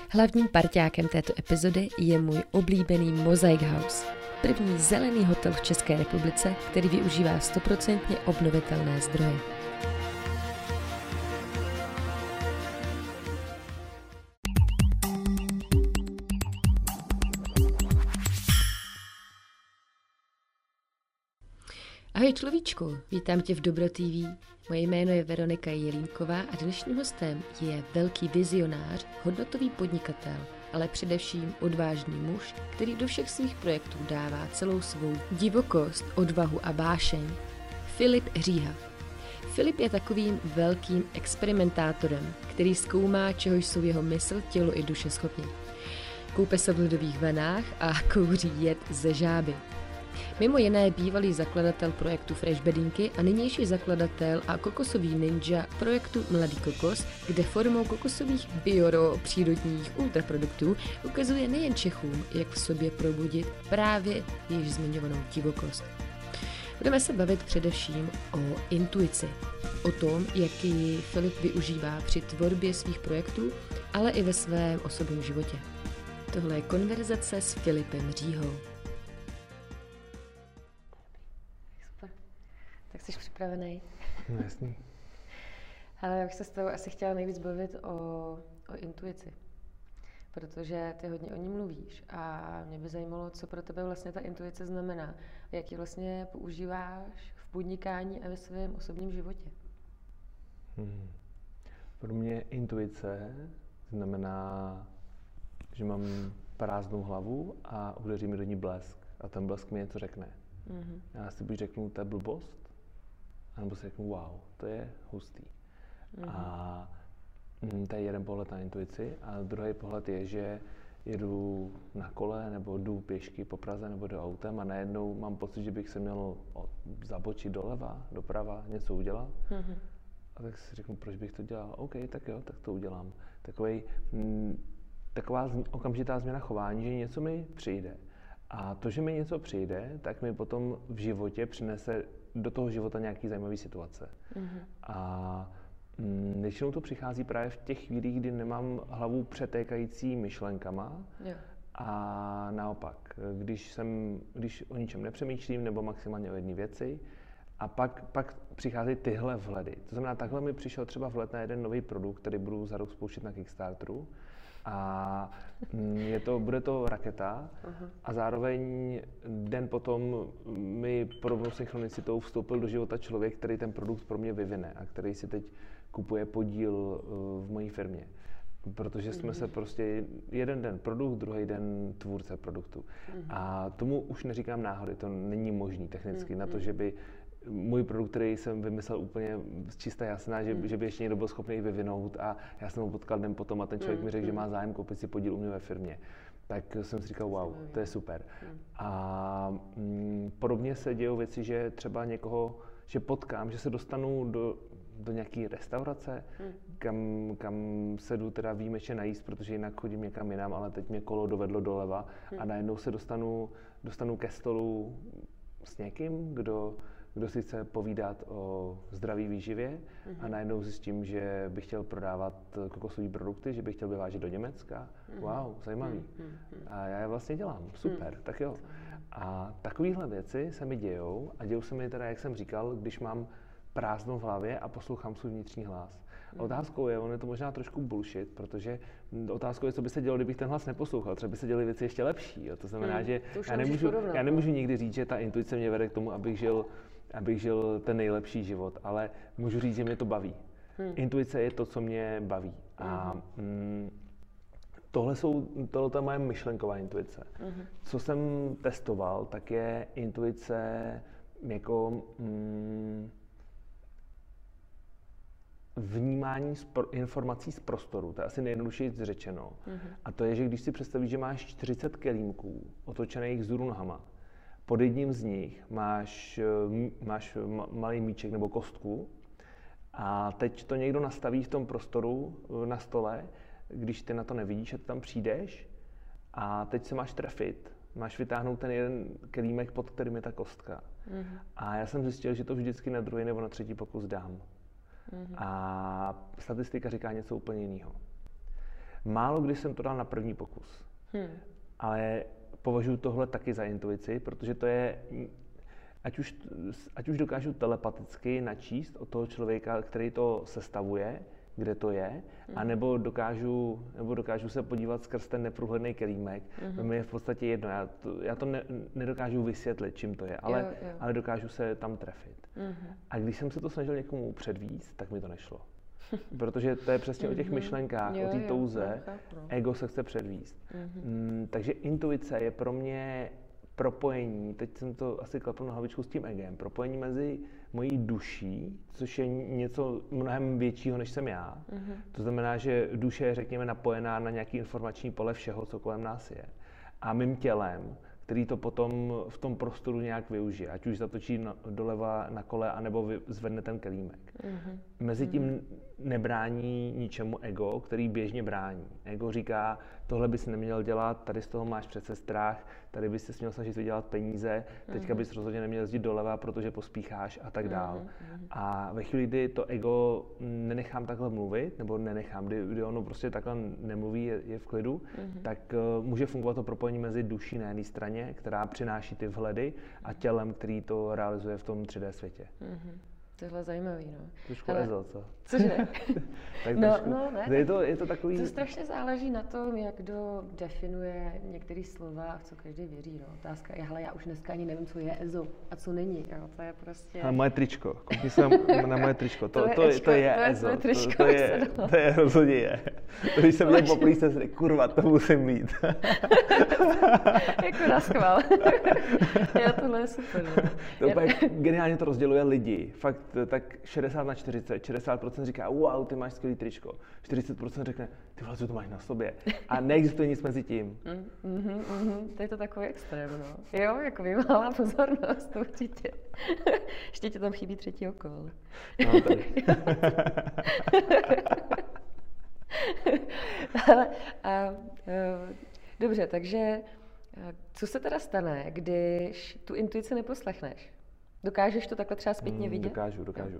Hlavním parťákem této epizody je můj oblíbený Mosaic House. První zelený hotel v České republice, který využívá 100% obnovitelné zdroje. Ahoj človíčku, vítám tě v Dobro TV. Moje jméno je Veronika Jelínková a dnešním hostem je velký vizionář, hodnotový podnikatel, ale především odvážný muž, který do všech svých projektů dává celou svou divokost, odvahu a vášeň. Filip Říha. Filip je takovým velkým experimentátorem, který zkoumá, čeho jsou jeho mysl, tělo i duše schopni. Koupe se v ledových vanách a kouří jed ze žáby. Mimo jiné bývalý zakladatel projektu Fresh Bedinky a nynější zakladatel a kokosový ninja projektu Mladý kokos, kde formou kokosových bioro přírodních ultraproduktů ukazuje nejen Čechům, jak v sobě probudit právě již zmiňovanou divokost. Budeme se bavit především o intuici, o tom, jak ji Filip využívá při tvorbě svých projektů, ale i ve svém osobním životě. Tohle je konverzace s Filipem Říhou. Tak jsi připravený? No, jasný. Ale já bych se s tebou asi chtěla nejvíc bavit o intuici, protože ty hodně o ní mluvíš a mě by zajímalo, co pro tebe vlastně ta intuice znamená a jak ji vlastně používáš v podnikání a ve svém osobním životě. Pro mě intuice znamená, že mám prázdnou hlavu a udeří mi do ní blesk a ten blesk mi něco řekne. Mm-hmm. Já si buď řeknu, to je blbost, anebo si řeknu, wow, to je hustý. Mm-hmm. A to je jeden pohled na intuici a druhý pohled je, že jedu na kole nebo jdu pěšky po Praze nebo do autem a najednou mám pocit, že bych se měl zabočit doleva, doprava, něco udělat. Mm-hmm. A tak si řeknu, proč bych to dělal? OK, tak jo, tak to udělám. Taková okamžitá změna chování, že něco mi přijde. A to, že mi něco přijde, tak mi potom v životě přinese do toho života nějaký zajímavý situace. Mm-hmm. A většinou to přichází právě v těch chvílích, kdy nemám hlavu přetékající myšlenkama. Yeah. A naopak, když o ničem nepřemýšlím nebo maximálně o jedné věci, a pak přicházejí tyhle vhledy. To znamená, takhle mi přišel třeba vhled na jeden nový produkt, který budu za rok spouštět na Kickstarteru. A bude to raketa a zároveň den potom mi podobnou synchronicitou vstoupil do života člověk, který ten produkt pro mě vyvine a který si teď kupuje podíl v mojí firmě. Protože jsme se prostě jeden den produkt, druhý den tvůrce produktu. A tomu už neříkám náhody, to není možný technicky na to, že by můj produkt, který jsem vymyslel úplně čistá jasná, že by ještě někdo byl schopný vyvinout a já jsem ho potkal den potom a ten člověk mi řekl, že má zájem koupit si podíl u mě ve firmě. Tak jsem si říkal, wow, to je super. A podobně se dějou věci, že třeba někoho, že potkám, že se dostanu do nějaké restaurace, kam se jdu teda výjimečně najíst, protože jinak chodím někam jinam, ale teď mě kolo dovedlo doleva a najednou se dostanu ke stolu s někým, kdo si chce povídat o zdraví výživě a najednou zjistím, že bych chtěl prodávat kokosové produkty, že bych chtěl vyvážet do Německa. Wow, zajímavý. A já je vlastně dělám. Super, tak jo. A takovéhle věci se mi dějou a dějou se mi teda, jak jsem říkal, když mám prázdno v hlavě a poslouchám svůj vnitřní hlas. Otázkou je, on je to možná trošku bullshit, protože otázkou je, co by se dělo, kdybych ten hlas neposlouchal. Třeba by se děly věci ještě lepší. Jo. To znamená, že já nemůžu nikdy říct, že ta intuice mě vede k tomu, abych žil ten nejlepší život, ale můžu říct, že mě to baví. Intuice je to, co mě baví. A tohle je moje myšlenková intuice. Co jsem testoval, tak je intuice jako vnímání informací z prostoru. To je asi nejjednodušeji řečeno. A to je, že když si představíš, že máš 40 kelímků otočených vzhůru nohama, pod jedním z nich máš malý míček nebo kostku a teď to někdo nastaví v tom prostoru na stole, když ty na to nevidíš a ty tam přijdeš a teď se máš trefit, máš vytáhnout ten jeden kelímek, pod kterým je ta kostka. A já jsem zjistil, že to vždycky na druhý nebo na třetí pokus dám. A statistika říká něco úplně jiného. Málo kdy jsem to dal na první pokus. Ale považuji tohle taky za intuici, protože to je, ať už dokážu telepaticky načíst od toho člověka, který to sestavuje, kde to je, anebo dokážu se podívat skrz ten neprůhledný kelímek. To mi je v podstatě jedno. Já to nedokážu vysvětlit, čím to je, ale dokážu se tam trefit. A když jsem se to snažil někomu předvíst, tak mi to nešlo. Protože to je přesně o těch myšlenkách, o té touze, ego se chce předvíst. Takže intuice je pro mě propojení, teď jsem to asi klepl na hlavičku s tím egem, propojení mezi mojí duší, což je něco mnohem většího, než jsem já. To znamená, že duše je, řekněme, napojená na nějaký informační pole všeho, co kolem nás je. A mým tělem, který to potom v tom prostoru nějak využije, ať už zatočí doleva na kole, anebo zvedne ten kelímek. Mezi tím nebrání ničemu ego, který běžně brání. Ego říká, tohle bys neměl dělat, tady z toho máš přece strach, tady bys se měl snažit vydělat peníze, teďka bys rozhodně neměl jezdit doleva, protože pospícháš a tak dál. A ve chvíli, kdy to ego nenechám takhle mluvit, nebo nenechám, kdy ono prostě takhle nemluví, je v klidu, tak může fungovat to propojení mezi duší na jedné straně, která přináší ty vhledy, a tělem, který to realizuje v tom 3D světě. Tohle je zajímavý, no. Trošku ezo, co? Cože? Tak ne. Je to takový... To strašně záleží na tom, jak kdo definuje některé slova, v co každý věří, no. Otázka je, hele, já už dneska ani nevím, co je ezo a co není, jo. To je prostě... Ale moje tričko, koukni se na moje tričko, to je ezo, to je rozhodně je. Když jsem měl poprvé se řekl, kurva, to musím mít. Jako naschvál. Jo, tohle je super, no. To úplně geniálně to rozděluje lidi. Fakt tak 60/40, 60% říká, wow, ty máš skvělý tričko. 40% řekne, ty vole, co to máš na sobě. A neexistuje nic mezi tím. To je to takový extrém, no. Jo, jako vyvolává pozornost, určitě. Ještě ti tam chybí třetí oko. No, tady. Dobře, takže co se teda stane, když tu intuici neposlechneš? Dokážeš to takhle třeba zpětně vidět? Dokážu.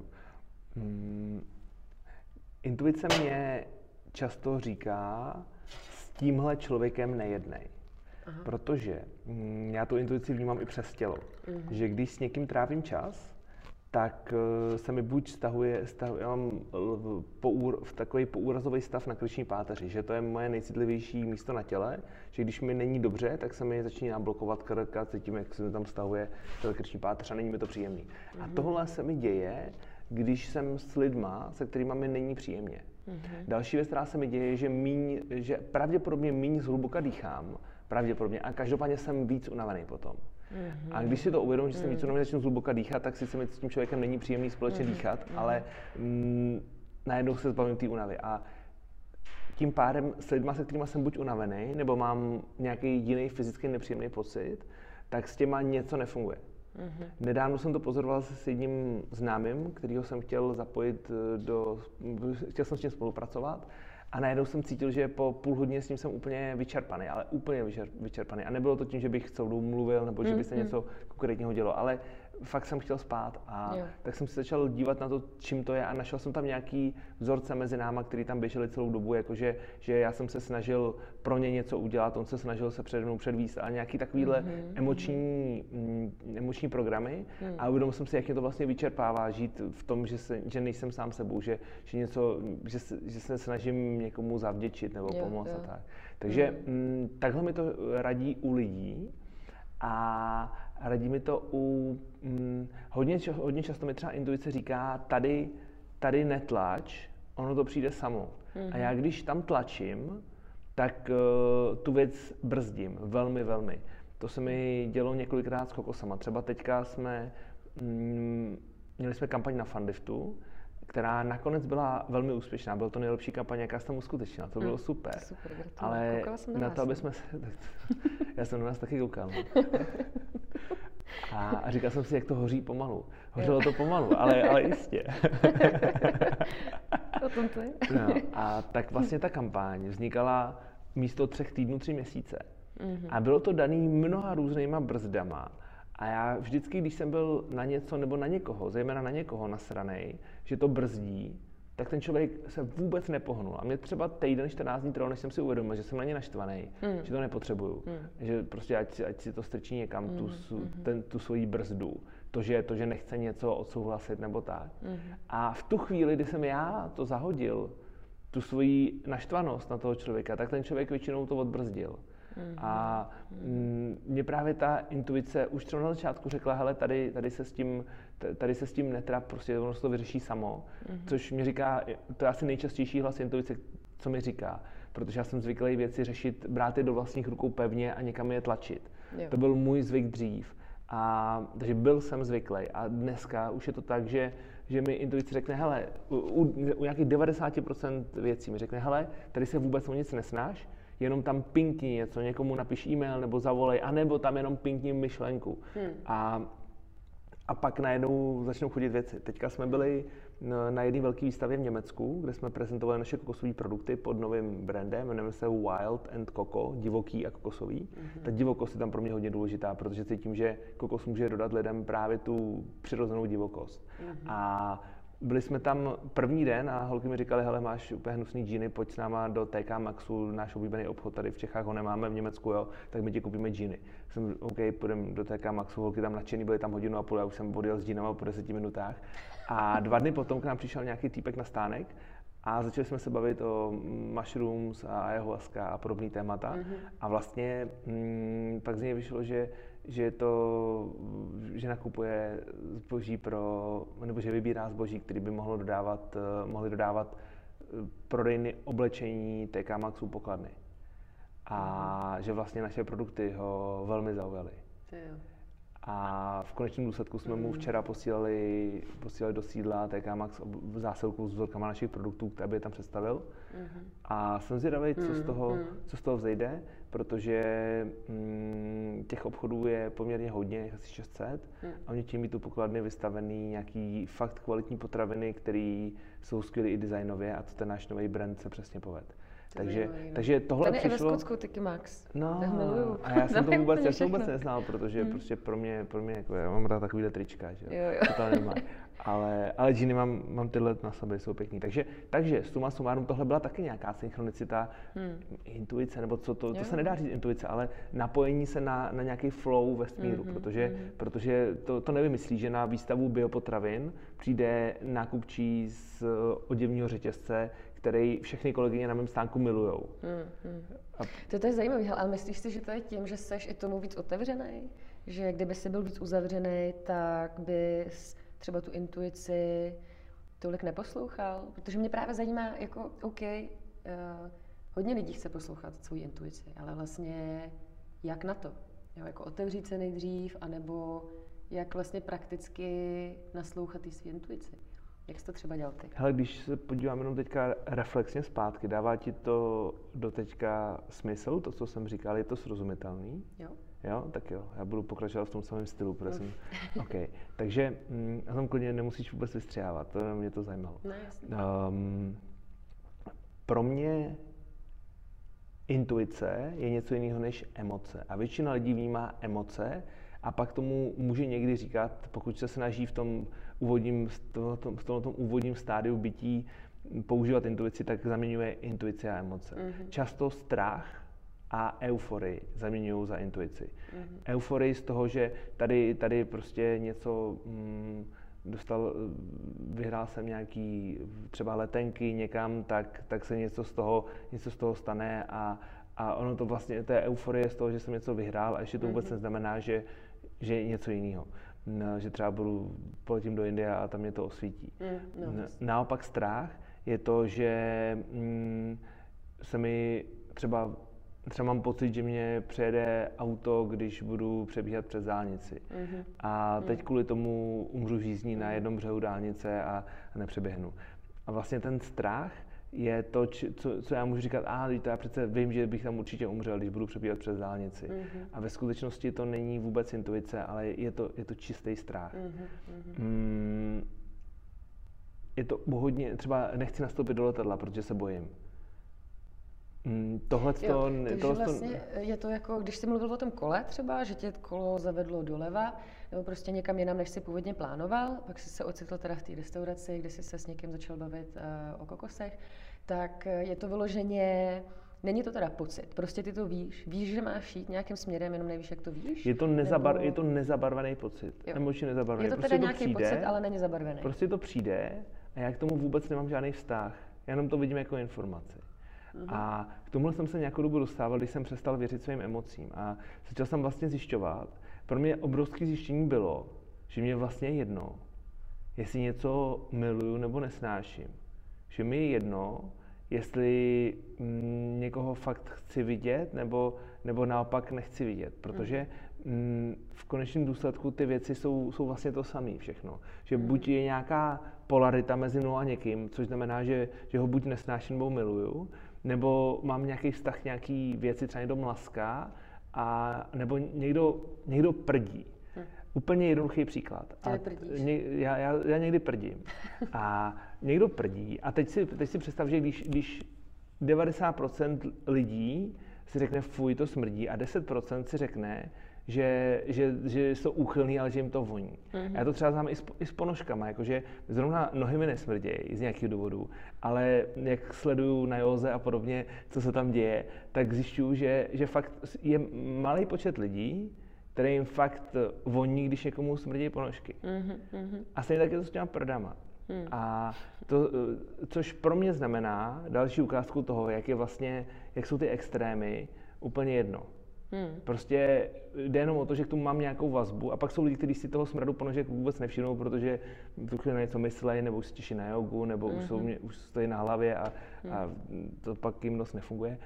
Intuice mě často říká, s tímhle člověkem nejednej. Protože já tu intuici vnímám i přes tělo. Že když s někým trávím čas, tak se mi buď stahuje, já mám takový poúrazový stav na krční páteři, že to je moje nejcitlivější místo na těle, že když mi není dobře, tak se mi začíná blokovat krk a cítím, jak se mi tam stahuje krční páteř a není mi to příjemný. A tohle se mi děje, když jsem s lidma, se kterými mi není příjemně. Další věc, která se mi děje, že pravděpodobně míň zhluboka dýchám, a každopádně jsem víc unavený potom. A když si to uvědomím, že jsem víc unavený, začnu zhluboka dýchat, tak sice mi s tím člověkem není příjemný společně dýchat, ale najednou se zbavím té únavy. A tím pádem s lidma, se kterými jsem buď unavený, nebo mám nějaký jiný fyzický nepříjemný pocit, tak s těma něco nefunguje. Nedávno jsem to pozoroval s jedním známým, kterýho jsem chtěl zapojit chtěl jsem s ním spolupracovat. A najednou jsem cítil, že po půl hodině s ním jsem úplně vyčerpaný, ale úplně vyčerpaný. A nebylo to tím, že bych celou dobu mluvil, nebo že by se něco konkrétního dělo, ale fakt jsem chtěl spát. A tak jsem se začal dívat na to, čím to je, a našel jsem tam nějaký vzorce mezi náma, který tam běželi celou dobu, jakože že já jsem se snažil pro ně něco udělat, on se snažil se přede mnou předvíst, a nějaký takovýhle emoční programy. A uvědomil jsem si, jak mě to vlastně vyčerpává žít v tom, že nejsem sám sebou, že se snažím někomu zavděčit nebo pomoct a tak. Takže takhle mi to radí u lidí, a radí mi to hodně často mi třeba intuice říká, tady netlač, ono to přijde samo. A já když tam tlačím, tak tu věc brzdím velmi, velmi. To se mi dělo několikrát s kokosama. Třeba teďka měli jsme kampaň na Fundiftu, která nakonec byla velmi úspěšná. Byla to nejlepší kampaň, jaká jsem uskutečnila. To bylo super. Ale na to, aby jsme já jsem na nás taky koukal. A říkal jsem si, jak to hoří pomalu. Hořelo to pomalu, ale jistě. O tom to je. No, a tak vlastně ta kampaň vznikala místo 3 týdnů 3 měsíce. A bylo to daný mnoha různýma brzdama. A já vždycky, když jsem byl na něco nebo na někoho, zejména na někoho nasranej, že to brzdí, tak ten člověk se vůbec nepohnul. A mě třeba týden, 14 dní trvalo, než jsem si uvědomil, že jsem na ně naštvaný, že to nepotřebuju. Že prostě ať si to strčí někam, tu svoji brzdu. To, že nechce něco odsouhlasit nebo tak. A v tu chvíli, kdy jsem já to zahodil, tu svoji naštvanost na toho člověka, tak ten člověk většinou to odbrzdil. A mě právě ta intuice už třeba na začátku řekla, hele, tady se s tím netrap, prostě ono se to vyřeší samo, což mi říká, to je asi nejčastější hlas intuice, co mi říká, protože já jsem zvyklý věci řešit, brát je do vlastních rukou pevně a někam je tlačit. Jo. To byl můj zvyk dřív. Takže byl jsem zvyklý a dneska už je to tak, že mi intuice řekne, hele, u nějakých 90% věcí mi řekne, hele, tady se vůbec o nic nesnaž, jenom tam pinkni něco, někomu napiš e-mail nebo zavolej, anebo tam jenom pinkni myšlenku. A pak najednou začnou chodit věci. Teďka jsme byli na jedné velké výstavě v Německu, kde jsme prezentovali naše kokosové produkty pod novým brandem, jmenujeme se Wild and Coco, divoký a kokosový. Ta divokost je tam pro mě hodně důležitá, protože cítím, že kokos může dodat lidem právě tu přirozenou divokost. A byli jsme tam první den a holky mi říkali, hele, máš úplně hnusný džíny, pojď s náma do TK Maxu, náš oblíbený obchod tady v Čechách, ho nemáme v Německu, jo, tak my ti koupíme džíny. Jsem OK, půjdeme do TK Maxu, holky tam nadšený, byly tam hodinu a půl, já už jsem odjel s džínama po 10 minutách. A 2 dny potom k nám přišel nějaký týpek na stánek a začali jsme se bavit o mushrooms a ayahuasca a podobný témata. A vlastně pak z něj vyšlo, že nakupuje zboží nebo že vybírá zboží, který by mohli dodávat prodejny oblečení TK Maxu pokladny. A že vlastně naše produkty ho velmi zaujaly. A v konečném důsledku jsme mu včera posílali do sídla TK Max zásilku s vzorkama našich produktů, které by je tam představil. A jsem zvědavý, co z toho vzejde, protože těch obchodů je poměrně hodně, asi 600. A oni tím tu pokladny vystavený nějaký fakt kvalitní potraviny, které jsou skvělé i designově a to ten náš nový brand se přesně povedl. Takže tohle ten přišlo... Ten je ve Skotsku, TK Max. No, miluju. a já jsem to vůbec neznal, protože prostě pro mě jako, já mám rád takovýhle trička, že jo. To nemá. Ale džíny mám tyhle na sobě, jsou pěkný. Takže suma sumárum, tohle byla taky nějaká synchronicita, intuice, nebo to se nedá říct intuice, ale napojení se na nějaký flow vesmíru, protože to nevymyslí, že na výstavu biopotravin přijde nákupčí z oděvního řetězce, který všechny kolegyně na mém stánku milujou. To je zajímavé, ale myslíš si, že to je tím, že seš i tomu víc otevřený? Že kdyby jsi byl víc uzavřený, tak bys třeba tu intuici tolik neposlouchal? Protože mě právě zajímá, jako OK, hodně lidí chce poslouchat svou intuici, ale vlastně jak na to? Jo, jako otevřít se nejdřív, anebo jak vlastně prakticky naslouchat té své intuici? Jak jsi to třeba dělal ty? Hele, když se podívám jenom teďka reflexně zpátky, dává ti to do teďka smysl, to, co jsem říkal, je to srozumitelný? Jo, tak jo, já budu pokračovat v tom samém stylu, protože jsem... OK, takže a tam klidně nemusíš vůbec vystřihávat, to mě to zajímalo. No, jasně. Pro mě intuice je něco jiného než emoce a většina lidí vnímá emoce a pak tomu může někdy říkat, pokud se snaží v tom úvodním stádiu bytí používat intuici, tak zaměňuje intuici a emoce. Často strach a euforii zaměňují za intuici. Euforii z toho, že tady prostě něco vyhrál jsem nějaký třeba letenky někam, tak se něco z toho stane a ono to vlastně, to je euforie z toho, že jsem něco vyhrál a ještě to vůbec neznamená, že je něco jiného. Že třeba poletím do Indie a tam mě to osvítí. Naopak strach je to, že se mi třeba mám pocit, že mě přejede auto, když budu přebíhat přes dálnici. A teď kvůli tomu umřu žízní na jednom břehu dálnice a nepřeběhnu. A vlastně ten strach je to, co já můžu říkat, to já přece vím, že bych tam určitě umřel, když budu přebíhat přes dálnici. A ve skutečnosti to není vůbec intuice, ale je to čistý strach. Je to hodně, třeba nechci nastoupit do letadla, protože se bojím. Vlastně je to jako, když jsi mluvil o tom kole třeba, že tě kolo zavedlo doleva, nebo prostě někam jinam, než jsi původně plánoval, pak jsi se ocitl teda v té restauraci, kde jsi se s někým začal bavit o kokosech, tak je to vyloženě, není to teda pocit, prostě ty to víš, že máš jít nějakým směrem, jenom nevíš, jak to víš? Je to nezabarvený pocit, emočně nezabarvený. Je to prostě teda nějaký pocit, ale není zabarvený. Prostě to přijde a já k tomu vůbec nemám žádný vztah, já jenom to vidím jako informaci. A k tomuhle jsem se nějakou dobu dostával, když jsem přestal věřit svým emocím a začal jsem vlastně zjišťovat. Pro mě obrovské zjištění bylo, že mě vlastně je jedno, jestli něco miluju nebo nesnáším. Že mi je jedno, jestli někoho fakt chci vidět nebo naopak nechci vidět, protože v konečném důsledku ty věci jsou vlastně to samé všechno. Že buď je nějaká polarita mezi mnou a někým, což znamená, že ho buď nesnáším nebo miluju, nebo mám nějaký vztah, nějaký věci, třeba někdo mlaská, a nebo někdo prdí. Úplně jednoduchý příklad. Já někdy prdím. A někdo prdí. A teď si představ, že když 90% lidí si řekne fuj, to smrdí, a 10% si řekne, že jsou úchylný, ale že jim to voní. Já to třeba znám i s ponožkama, jakože zrovna nohy mi nesmrdějí z nějakých důvodů, ale jak sleduju na józe a podobně, co se tam děje, tak zjišťuju, že fakt je malý počet lidí, který jim fakt voní, když někomu smrdí ponožky. A stejně tak je to s těma prdama. A to, což pro mě znamená další ukázku toho, jak jsou ty extrémy úplně jedno. Prostě jde jenom o to, že k tomu mám nějakou vazbu, a pak jsou lidi, kteří si toho smradu ponožek vůbec nevšimnou, protože tu chvíli na něco myslejí, nebo už se těší na jogu, nebo už stojí na hlavě a to pak jim dost nefunguje.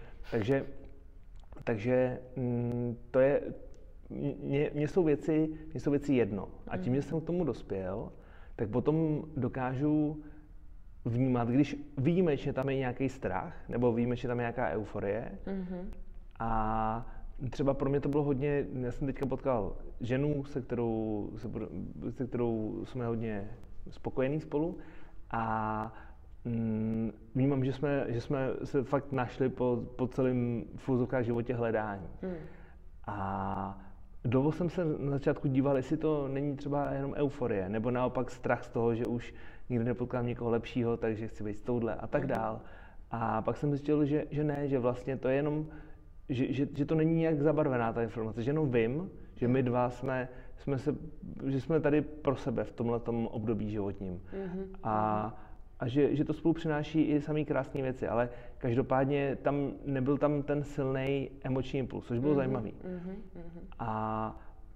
Takže to je, mně jsou věci jedno. A tím, že jsem k tomu dospěl, tak potom dokážu vnímat, když výjimečně tam je nějaký strach, nebo výjimečně tam je nějaká euforie. A třeba pro mě to bylo hodně, já jsem teďka potkal ženu, se kterou jsme hodně spokojení spolu, a vnímám, že jsme se fakt našli po celém v životě hledání. A dlouho jsem se na začátku díval, jestli to není třeba jenom euforie, nebo naopak strach z toho, že už nikdy nepotkám někoho lepšího, takže chci být s touhle a tak dál. A pak jsem zjistil, že ne, že vlastně to je jenom, že to není nějak zabarvená ta informace, že jenom vím, že my dva že jsme tady pro sebe v tomhletom období životním. A že to spolu přináší i samý krásné věci, ale každopádně nebyl tam ten silný emoční impuls, což bylo zajímavý. A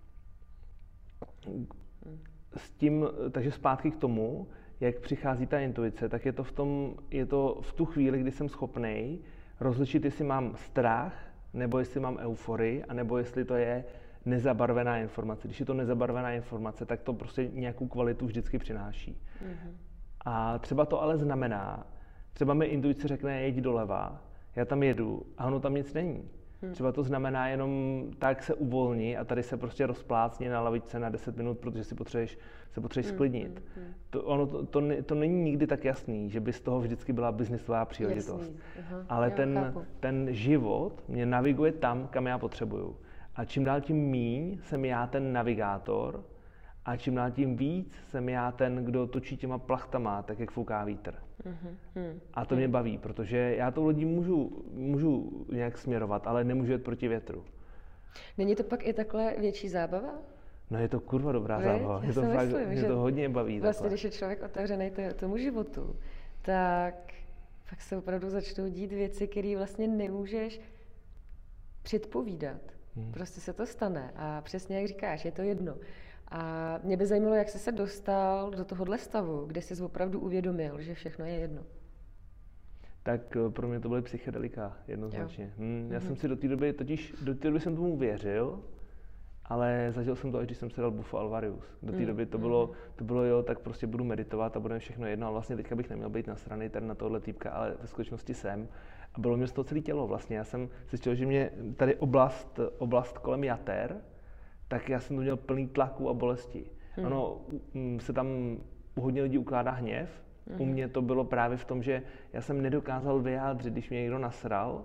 s tím, takže zpátky k tomu, jak přichází ta intuice, tak je to v tu chvíli, kdy jsem schopnej rozlišit, jestli mám strach, nebo jestli mám euforii, anebo jestli to je nezabarvená informace. Když je to nezabarvená informace, tak to prostě nějakou kvalitu vždycky přináší. A třeba to ale znamená, třeba mi intuice řekne, jeď doleva, já tam jedu a ono tam nic není. Třeba to znamená jenom tak se uvolni a tady se prostě rozplácni na lavičce na 10 minut, protože se potřebuješ sklidnit. To není nikdy tak jasný, že by z toho vždycky byla biznisová příležitost. Ale ten život mě naviguje tam, kam já potřebuju. A čím dál tím míň jsem já ten navigátor, a čím dál tím víc jsem já ten, kdo točí těma plachtama, tak jak fouká vítr. A to mě baví, protože já tou lodí můžu nějak směrovat, ale nemůžu jet proti větru. Není to pak i takhle větší zábava? No je to kurva dobrá zábava. Mě to hodně baví. Vlastně, když je člověk otevřený tomu životu, tak pak se opravdu začnou dít věci, které vlastně nemůžeš předpovídat. Prostě se to stane a přesně jak říkáš, je to jedno. A mě by zajímalo, jak jsi se dostal do tohohle stavu, kde jsi opravdu uvědomil, že všechno je jedno. Tak pro mě to byly psychedelika, jednoznačně. Já jsem si do té doby jsem tomu věřil, ale zažil jsem to, až když jsem se dal Bufo Alvarius. Do té doby to bylo jo, tak prostě budu meditovat a bude všechno jedno, ale vlastně teďka bych neměl být nasranej tady na tohle týpka, ale ve skutečnosti jsem. A bylo mě z toho celé tělo vlastně. Já jsem zjistil, že mě tady oblast kolem jater, tak já jsem to měl plný tlaku a bolesti. Ono se tam u hodně lidí ukládá hněv. U mě to bylo právě v tom, že já jsem nedokázal vyjádřit, když mě někdo nasral,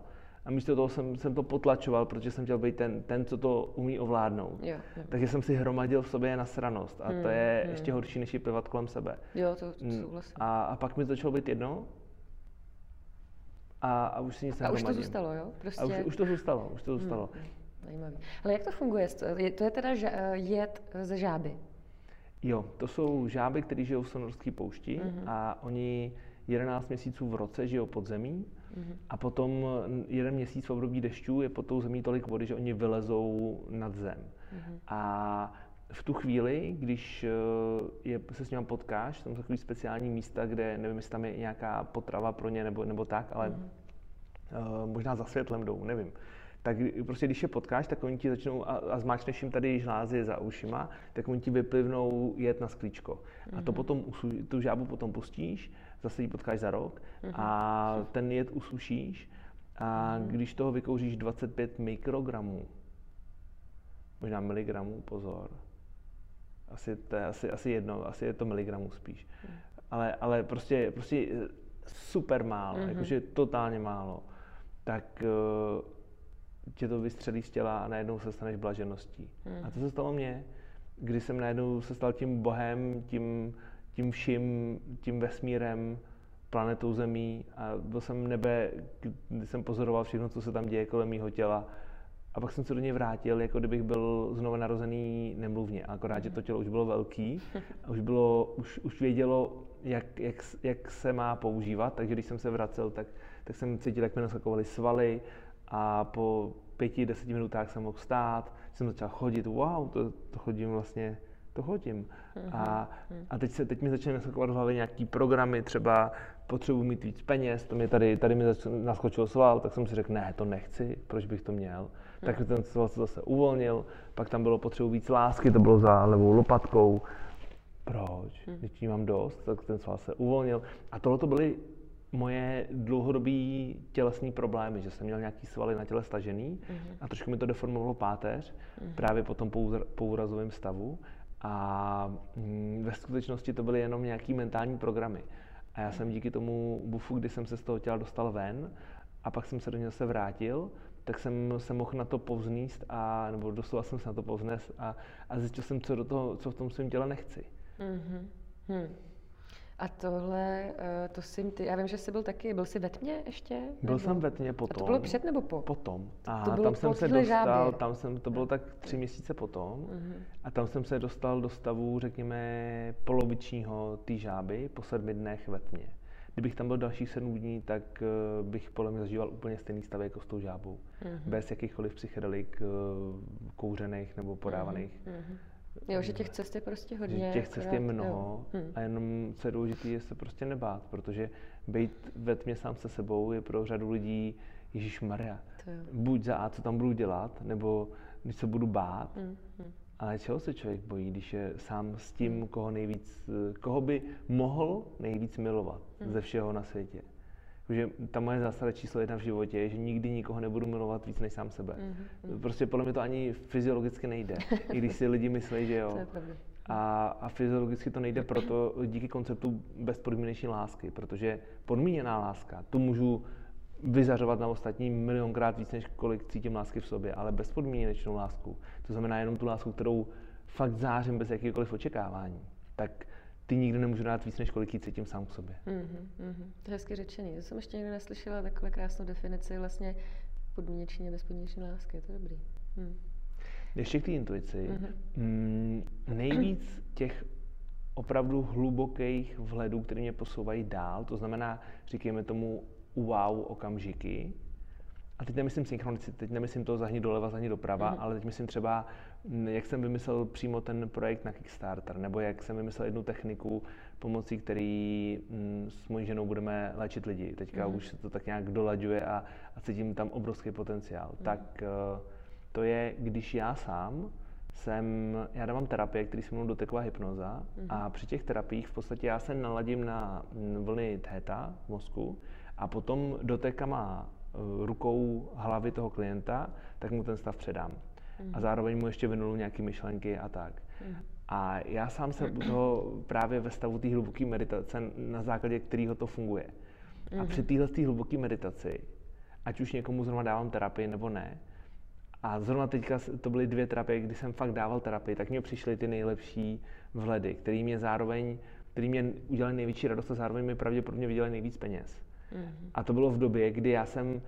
A místo toho jsem to potlačoval, protože jsem chtěl být ten, co to umí ovládnout. Jo. Takže jsem si hromadil v sobě nasranost. A to je ještě horší, než ji plivat kolem sebe. Jo, to souhlasím. A pak mi to začalo být jedno. A už si nic nehromadím. A už to zůstalo, jo? Prostě... A už to zůstalo. Zajímavý. Ale jak to funguje? To je teda jed ze žáby? Jo, to jsou žáby, které žijou v Sonorské poušti a oni 11 měsíců v roce žijou pod zemí a potom 1 měsíc v období dešťů je pod tou zemí tolik vody, že oni vylezou nad zem. A v tu chvíli, když se s nimi potkáš, tam jsou takový speciální místa, kde nevím, jestli tam je nějaká potrava pro ně nebo tak, ale možná za světlem jdou, nevím. Tak prostě když je potkáš, tak oni ti začnou a zmáčneš jim tady žlázy za ušima, tak oni ti vyplivnou jed na sklíčko. A to potom tu žábu potom pustíš, zase ji potkáš za rok a ten jed usušíš a když toho vykouříš 25 mikrogramů, možná miligramů, pozor, asi jedno, asi je to miligramů spíš, ale prostě super málo, jakože totálně málo, tak tě to vystřelí z těla a najednou se staneš blažeností. A to se stalo mně, kdy jsem najednou se stal tím bohem, tím vším, tím vesmírem, planetou Zemí a byl jsem nebe, kdy jsem pozoroval všechno, co se tam děje kolem mýho těla. A pak jsem se do něj vrátil, jako kdybych byl znovu narozený nemluvně. A akorát, že to tělo už bylo velký a už vědělo, jak se má používat. Takže když jsem se vracel, tak jsem cítil, jak mi naskakovaly svaly. A po 5-10 minutách jsem mohl stát, jsem začal chodit, wow, to chodím vlastně, to chodím. A teď mi začaly naskakovat v hlavě nějaký programy, třeba potřebuji mít víc peněz, to mě tady mi naskočil sval, tak jsem si řekl, ne, to nechci, proč bych to měl. Tak ten sval se zase uvolnil, pak tam bylo potřebu víc lásky, to bylo za levou lopatkou. Proč? Když mám dost, tak ten sval se uvolnil. A tohle to byly moje dlouhodobý tělesní problémy, že jsem měl nějaký svaly na těle stažený a trošku mi to deformovalo páteř právě po tom poúrazovém stavu a ve skutečnosti to byly jenom nějaký mentální programy. A já jsem díky tomu bufu, kdy jsem se z toho těla dostal ven a pak jsem se do něj zase vrátil, tak jsem se mohl na to povznést nebo doslova jsem se na to povznes a zjistil jsem, co v tom svém těle nechci. A tohle, to jsi ty, já vím, že jsi byl jsi ve tmě ještě? Byl jsem ve tmě potom. A to bylo před nebo po? Potom. A to bylo tam jsem se dostal, žábě. To bylo tak 3 měsíce potom. A tam jsem se dostal do stavu, řekněme, polovičního té žáby po 7 dnech ve tmě. Kdybych tam byl dalších 7 dní, tak bych podle mě zažíval úplně stejný stav jako s tou žábou. Bez jakýchkoliv psychedelik kouřených nebo podávaných. Jo, že těch cest je prostě hodně. Těch cest je mnoho a jenom co je důležité, je se prostě nebát, protože být ve tmě sám se sebou je pro řadu lidí Ježišmarja. Buď za A, co tam budu dělat, nebo když se budu bát, ale čeho se člověk bojí, když je sám s tím, koho by mohl nejvíc milovat ze všeho na světě. Takže ta moje zásada číslo 1 v životě je, že nikdy nikoho nebudu milovat víc než sám sebe. Prostě podle mě to ani fyziologicky nejde, i když si lidi myslí, že jo. A fyziologicky to nejde proto díky konceptu bezpodmínečné lásky, protože podmíněná láska, tu můžu vyzařovat na ostatní milionkrát víc, než kolik cítím lásky v sobě, ale bezpodmínečnou lásku, to znamená jenom tu lásku, kterou fakt zářím bez jakýkoliv očekávání, tak ty nikdy nemůžu dát víc, než kolik jí cítím sám k sobě. To je hezky řečený. To jsem ještě někdy neslyšela takhle krásnou definici vlastně podmínečné a bezpodmínečné lásky. To je dobrý. Ještě k té intuici. Nejvíc těch opravdu hlubokých vhledů, které mě posouvají dál, to znamená, říkejme tomu wow okamžiky. A teď nemyslím synchronicity, teď nemyslím to zahni doleva, zahni doprava, ale teď myslím třeba, jak jsem vymyslel přímo ten projekt na Kickstarter, nebo jak jsem vymyslel jednu techniku, pomocí který s mojí ženou budeme léčit lidi. Teďka už se to tak nějak dolaďuje a cítím tam obrovský potenciál. Tak to je, když já sám já dávám terapie, který se mnou doteková hypnoza a při těch terapiích v podstatě já se naladím na vlny theta v mozku a potom dotekama rukou hlavy toho klienta, tak mu ten stav předám. A zároveň mu ještě vynulu nějaké myšlenky a tak. A já sám se toho právě ve stavu té hluboké meditace, na základě kterého to funguje. A při téhle hluboké meditaci, ať už někomu zrovna dávám terapii nebo ne. A zrovna teďka to byly 2 terapie, kdy jsem fakt dával terapii, tak mi přišly ty nejlepší vhledy, který mě udělali největší radost a zároveň mi pravděpodobně vydělali nejvíc peněz. A to bylo v době, kdy já jsem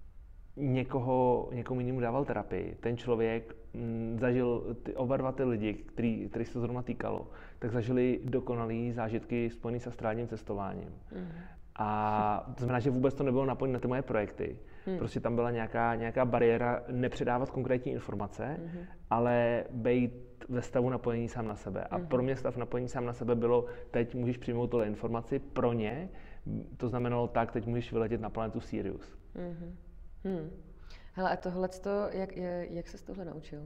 někomu jinému dával terapii. Ten člověk zažil, oba dva ty lidi, který se to zrovna týkalo, tak zažili dokonalý zážitky spojený s astrálním cestováním. A to znamená, že vůbec to nebylo napojeno na ty moje projekty. Prostě tam byla nějaká bariéra nepředávat konkrétní informace, ale být ve stavu napojení sám na sebe. A pro mě stav napojení sám na sebe bylo, teď můžeš přijmout tohle informaci, pro ně to znamenalo tak, teď můžeš vyletět na planetu Sirius. Hele, a tohleto, jak ses tohle naučil?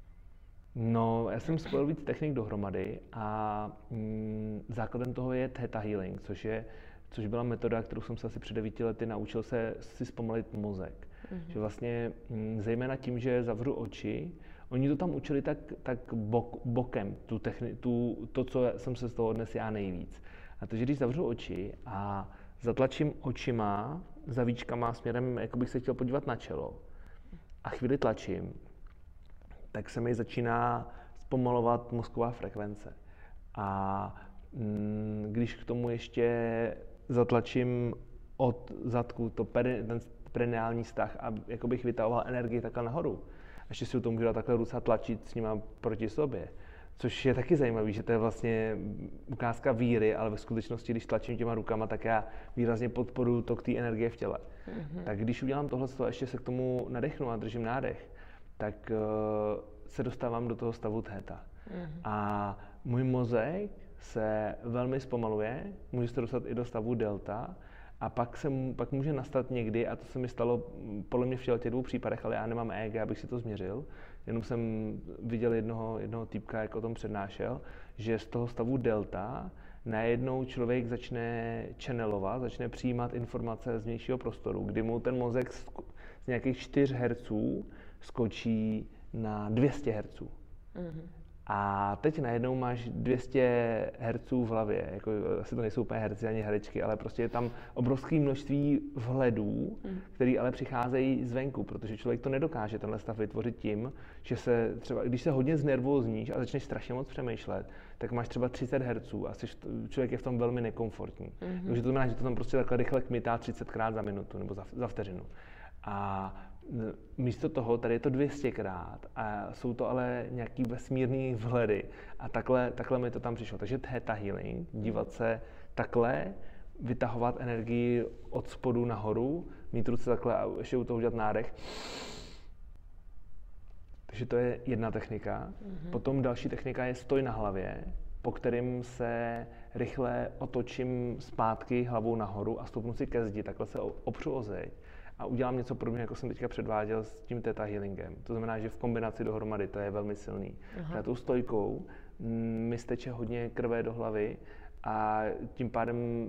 No, já jsem spojil víc technik dohromady a základem toho je Theta Healing, což byla metoda, kterou jsem se asi před 9 lety naučil se si zpomalit mozek. Že vlastně zejména tím, že zavřu oči, oni to tam učili tak bokem, to, co jsem se z toho odnes já nejvíc. A to, že když zavřu oči a zatlačím očima za víčkama směrem, jako bych se chtěl podívat na čelo, a chvíli tlačím, tak se mi začíná zpomalovat mozková frekvence. A když k tomu ještě zatlačím od zadku ten perineální vztah a jako bych vytahoval energii takhle nahoru, ještě si to můžu dát takhle ruce a tlačit s nima proti sobě. Což je taky zajímavý, že to je vlastně ukázka víry, ale ve skutečnosti, když tlačím těma rukama, tak já výrazně podporuji tok té energie v těle. Tak když udělám tohle a ještě se k tomu nadechnu a držím nádech, tak se dostávám do toho stavu theta. A můj mozek se velmi zpomaluje, může se dostat i do stavu delta a pak může nastat někdy, a to se mi stalo podle mě v těch 2 případech, ale já nemám EEG, abych si to změřil, jenom jsem viděl jednoho týpka, jak o tom přednášel, že z toho stavu delta najednou člověk začne channelovat, začne přijímat informace z vnějšího prostoru, kdy mu ten mozek z nějakých 4 Hz skočí na 200 Hz. A teď najednou máš 200 Hz v hlavě, jako asi to nejsou úplně herci ani herečky, ale prostě je tam obrovské množství vhledů, které ale přicházejí zvenku, protože člověk to nedokáže tenhle stav vytvořit tím, že se třeba, když se hodně znervózníš a začneš strašně moc přemýšlet, tak máš třeba 30 Hz a člověk je v tom velmi nekomfortní. Takže to znamená, že to tam prostě takhle rychle kmitá 30krát za minutu nebo za vteřinu. A místo toho tady je to 200krát a jsou to ale nějaký vesmírný vhledy a takhle mi to tam přišlo. Takže Theta Healing, dívat se takhle, vytahovat energii od spodu nahoru, mít ruce takhle a ještě u toho udělat nádech. Takže to je jedna technika. Potom další technika je stoj na hlavě, po kterým se rychle otočím zpátky hlavou nahoru a stoupnu si ke zdi, takhle se opřu o zeď. A udělám něco podobného, jako jsem teďka předváděl s tím Theta Healingem. To znamená, že v kombinaci dohromady to je velmi silný. A tou stojkou mi steče hodně krve do hlavy a tím pádem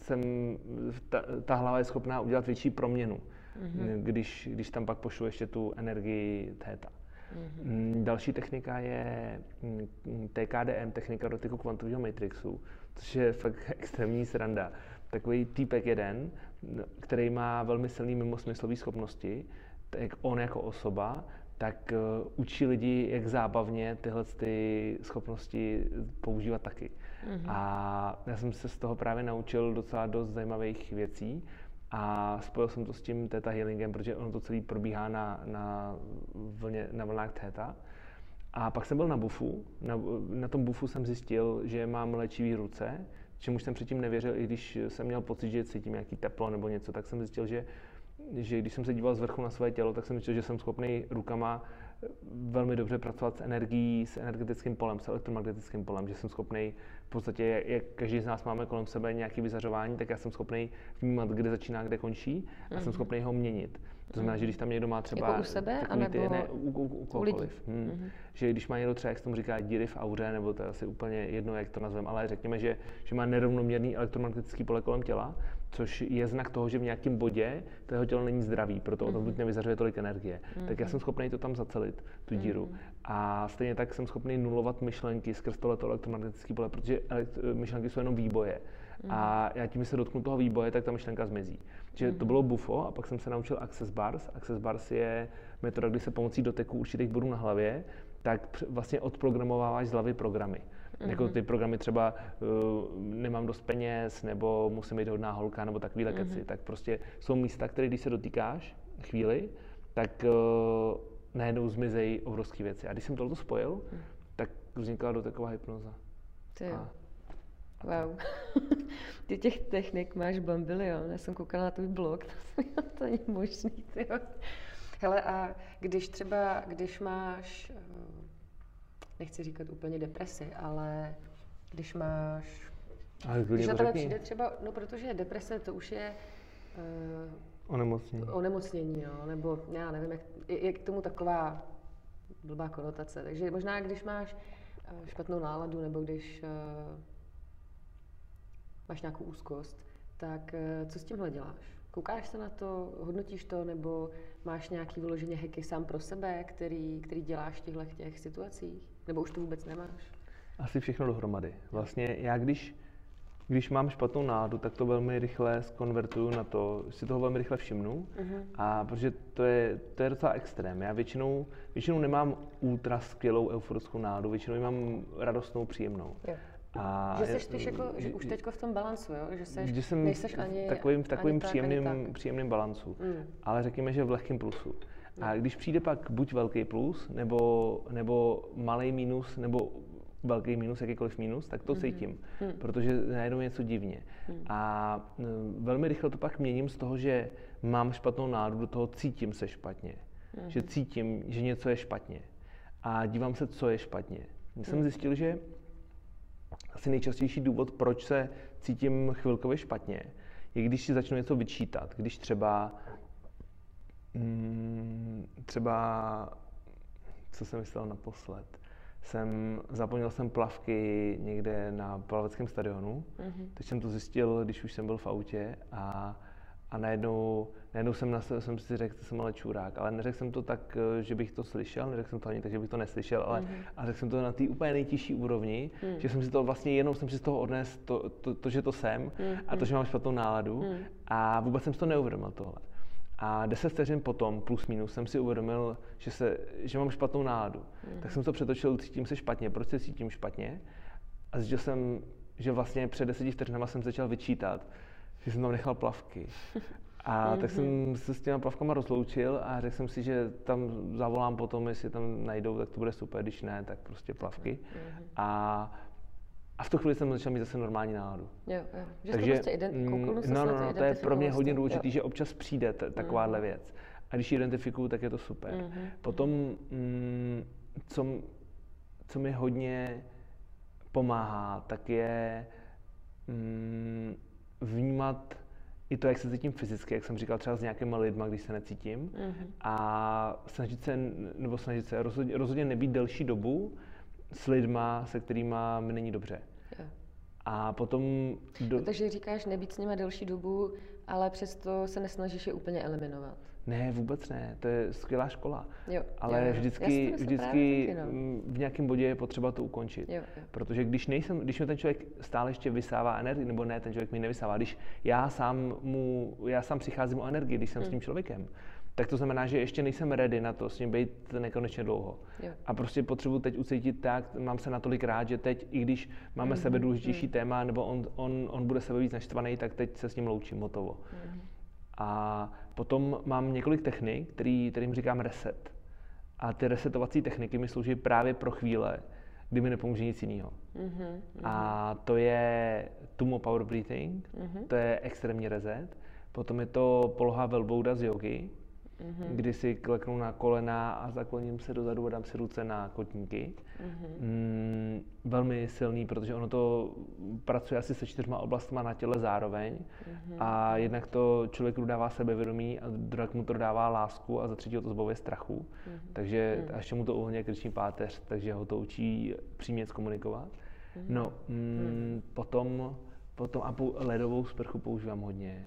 ta hlava je schopná udělat větší proměnu, když tam pak pošlu ještě tu energii Theta. Další technika je TKDM, technika dotyku kvantového matrixu, což je fakt extrémní sranda. Takový týpek jeden, který má velmi silný mimosmyslové schopnosti, tak on jako osoba, tak učí lidi, jak zábavně tyhle schopnosti používat taky. A já jsem se z toho právě naučil docela dost zajímavých věcí a spojil jsem to s tím Theta Healingem, protože ono to celé probíhá na vlnách Theta. A pak jsem byl na bufu. Na tom bufu jsem zjistil, že mám léčivý ruce, čemuž jsem předtím nevěřil, i když jsem měl pocit, že cítím nějaký teplo nebo něco, tak jsem zjistil, že když jsem se díval z vrchu na své tělo, tak jsem zjistil, že jsem schopný rukama velmi dobře pracovat s energií, s energetickým polem, s elektromagnetickým polem, že jsem schopný v podstatě, jak každý z nás máme kolem sebe nějaké vyzařování, tak já jsem schopný vnímat, kde začíná, kde končí a jsem schopný ho měnit. To znamená, že když tam někdo má třeba... Jako u sebe, anebo u kohokoliv. Že když má někdo třeba, jak se tomu říká, díry v auře, nebo to je asi úplně jedno, jak to nazveme, ale řekněme, že má nerovnoměrný elektromagnetický pole kolem těla, což je znak toho, že v nějakém bodě to jeho tělo není zdravý, proto odtud nevyzařuje tolik energie. Tak já jsem schopný to tam zacelit, tu díru. A stejně tak jsem schopný nulovat myšlenky skrz tohleto elektromagnetické pole, protože myšlenky jsou jenom výboje. A já tím, že se dotknu toho výboje, tak ta myšlenka zmizí. Že to bylo bufo a pak jsem se naučil Access Bars. Access Bars je metoda, kdy se pomocí doteku určitých bodů na hlavě, tak vlastně odprogramováváš z hlavy programy. Jako ty programy třeba nemám dost peněz, nebo musím být hodná holka, nebo takovýhle keci. Tak prostě jsou místa, které když se dotýkáš chvíli, tak najednou zmizejí obrovské věci. A když jsem tohle spojil, tak vznikla doteková hypnoza. Wow. Ty těch technik máš bambilion. Já jsem koukala na tvůj blog, to není možný, tyjo. Hele, a když máš, nechci říkat úplně depresi, ale když máš, když na tebe přijde třeba, no protože deprese to už je onemocnění, no, nebo já nevím, jak k tomu taková blbá konotace. Takže možná, když máš špatnou náladu, nebo když máš nějakou úzkost, tak co s tímhle děláš? Koukáš se na to, hodnotíš to, nebo máš nějaký vyloženě hacky sám pro sebe, který děláš v těch situacích? Nebo už to vůbec nemáš? Asi všechno dohromady. Vlastně já, když mám špatnou náladu, tak to velmi rychle zkonvertuju na to, si toho velmi rychle všimnu. A protože to je docela extrém. Já většinou nemám ultra skvělou euforickou náladu, většinou ji mám radostnou, příjemnou. Jo. Že jsi spíš jako, že už teďko v tom balancu, jo? Že jsem nejseš ani v takovým příjemným balancu, ale řekněme, že v lehkém plusu. A když přijde pak buď velký plus, nebo malý minus, nebo velký minus, jakýkoliv minus, tak to cítím, protože najednou je něco divně. A velmi rychle to pak měním z toho, že mám špatnou náladu, do toho cítím se špatně. Že cítím, že něco je špatně. A dívám se, co je špatně. Jsem zjistil, že asi nejčastější důvod, proč se cítím chvilkově špatně, je když si začnu něco vyčítat. Když třeba co jsem myslel naposled, zapomněl jsem plavky někde na plaveckém stadionu. Teď jsem to zjistil, když už jsem byl v autě a najednou jsem si řekl, že jsem ale čurák, ale neřekl jsem to tak, že bych to slyšel, neřekl jsem to ani tak, že bych to neslyšel, ale a řekl jsem to na té úplně nejtěžší úrovni, že jsem si to vlastně jenom jsem si z toho odnesl to že to jsem a to, že mám špatnou náladu a vůbec jsem si to neuvědomil tohle. A 10 vteřin potom, plus minus, jsem si uvědomil, že mám špatnou náladu. Tak jsem to přetočil, cítím se špatně, proč se cítím špatně? A zjistil jsem, že vlastně před 10 vteřinama jsem začal vyčítat, že jsem tam nechal plavky. A tak jsem se s těma plavkama rozloučil a řekl jsem si, že tam zavolám potom, jestli tam najdou, tak to bude super, když ne, tak prostě plavky. A v tu chvíli jsem začal mít zase normální náladu. Jo. Takže to je pro mě hodně důležité, že občas přijde takováhle věc. A když ji identifikuju, tak je to super. Potom, co mi hodně pomáhá, tak je vnímat i to, jak se cítím fyzicky, jak jsem říkal, třeba s nějakýma lidma, když se necítím. A snažit se, rozhodně nebýt delší dobu s lidma, se kterýma mi není dobře. Jo. A potom... Takže říkáš nebýt s nima delší dobu, ale přesto se nesnažíš je úplně eliminovat. Ne, vůbec ne, to je skvělá škola. Jo, ale vždycky v nějakém bodě je potřeba to ukončit. Jo. Protože když mi ten člověk stále ještě vysává energii, nebo ne, ten člověk mi nevysává, když já sám přicházím o energii, když jsem s tím člověkem, tak to znamená, že ještě nejsem ready na to s ním být nekonečně dlouho. Jo. A prostě potřebuji teď ucítit tak, mám se natolik rád, že teď, i když máme sebe důležitější téma, nebo on bude sebe víc naštvaný, tak teď se s ním loučím, hotovo. A potom mám několik technik, kterým říkám reset. A ty resetovací techniky mi slouží právě pro chvíle, kdy mi nepomůže nic jiného. A to je Tumo Power Breathing, to je extrémní reset. Potom je to poloha velblouda z jogy, kdy si kleknu na kolena a zakloním se dozadu a dám si ruce na kotníky. Velmi silný, protože ono to pracuje asi se 4 oblastma na těle zároveň. A jednak to člověku dává sebevědomí a druhak mu to dává lásku a za třetího to zbavuje strachu. Takže a ještě mu to uvolňuje krční páteř, takže ho to učí přímě komunikovat. Potom ledovou sprchu používám hodně.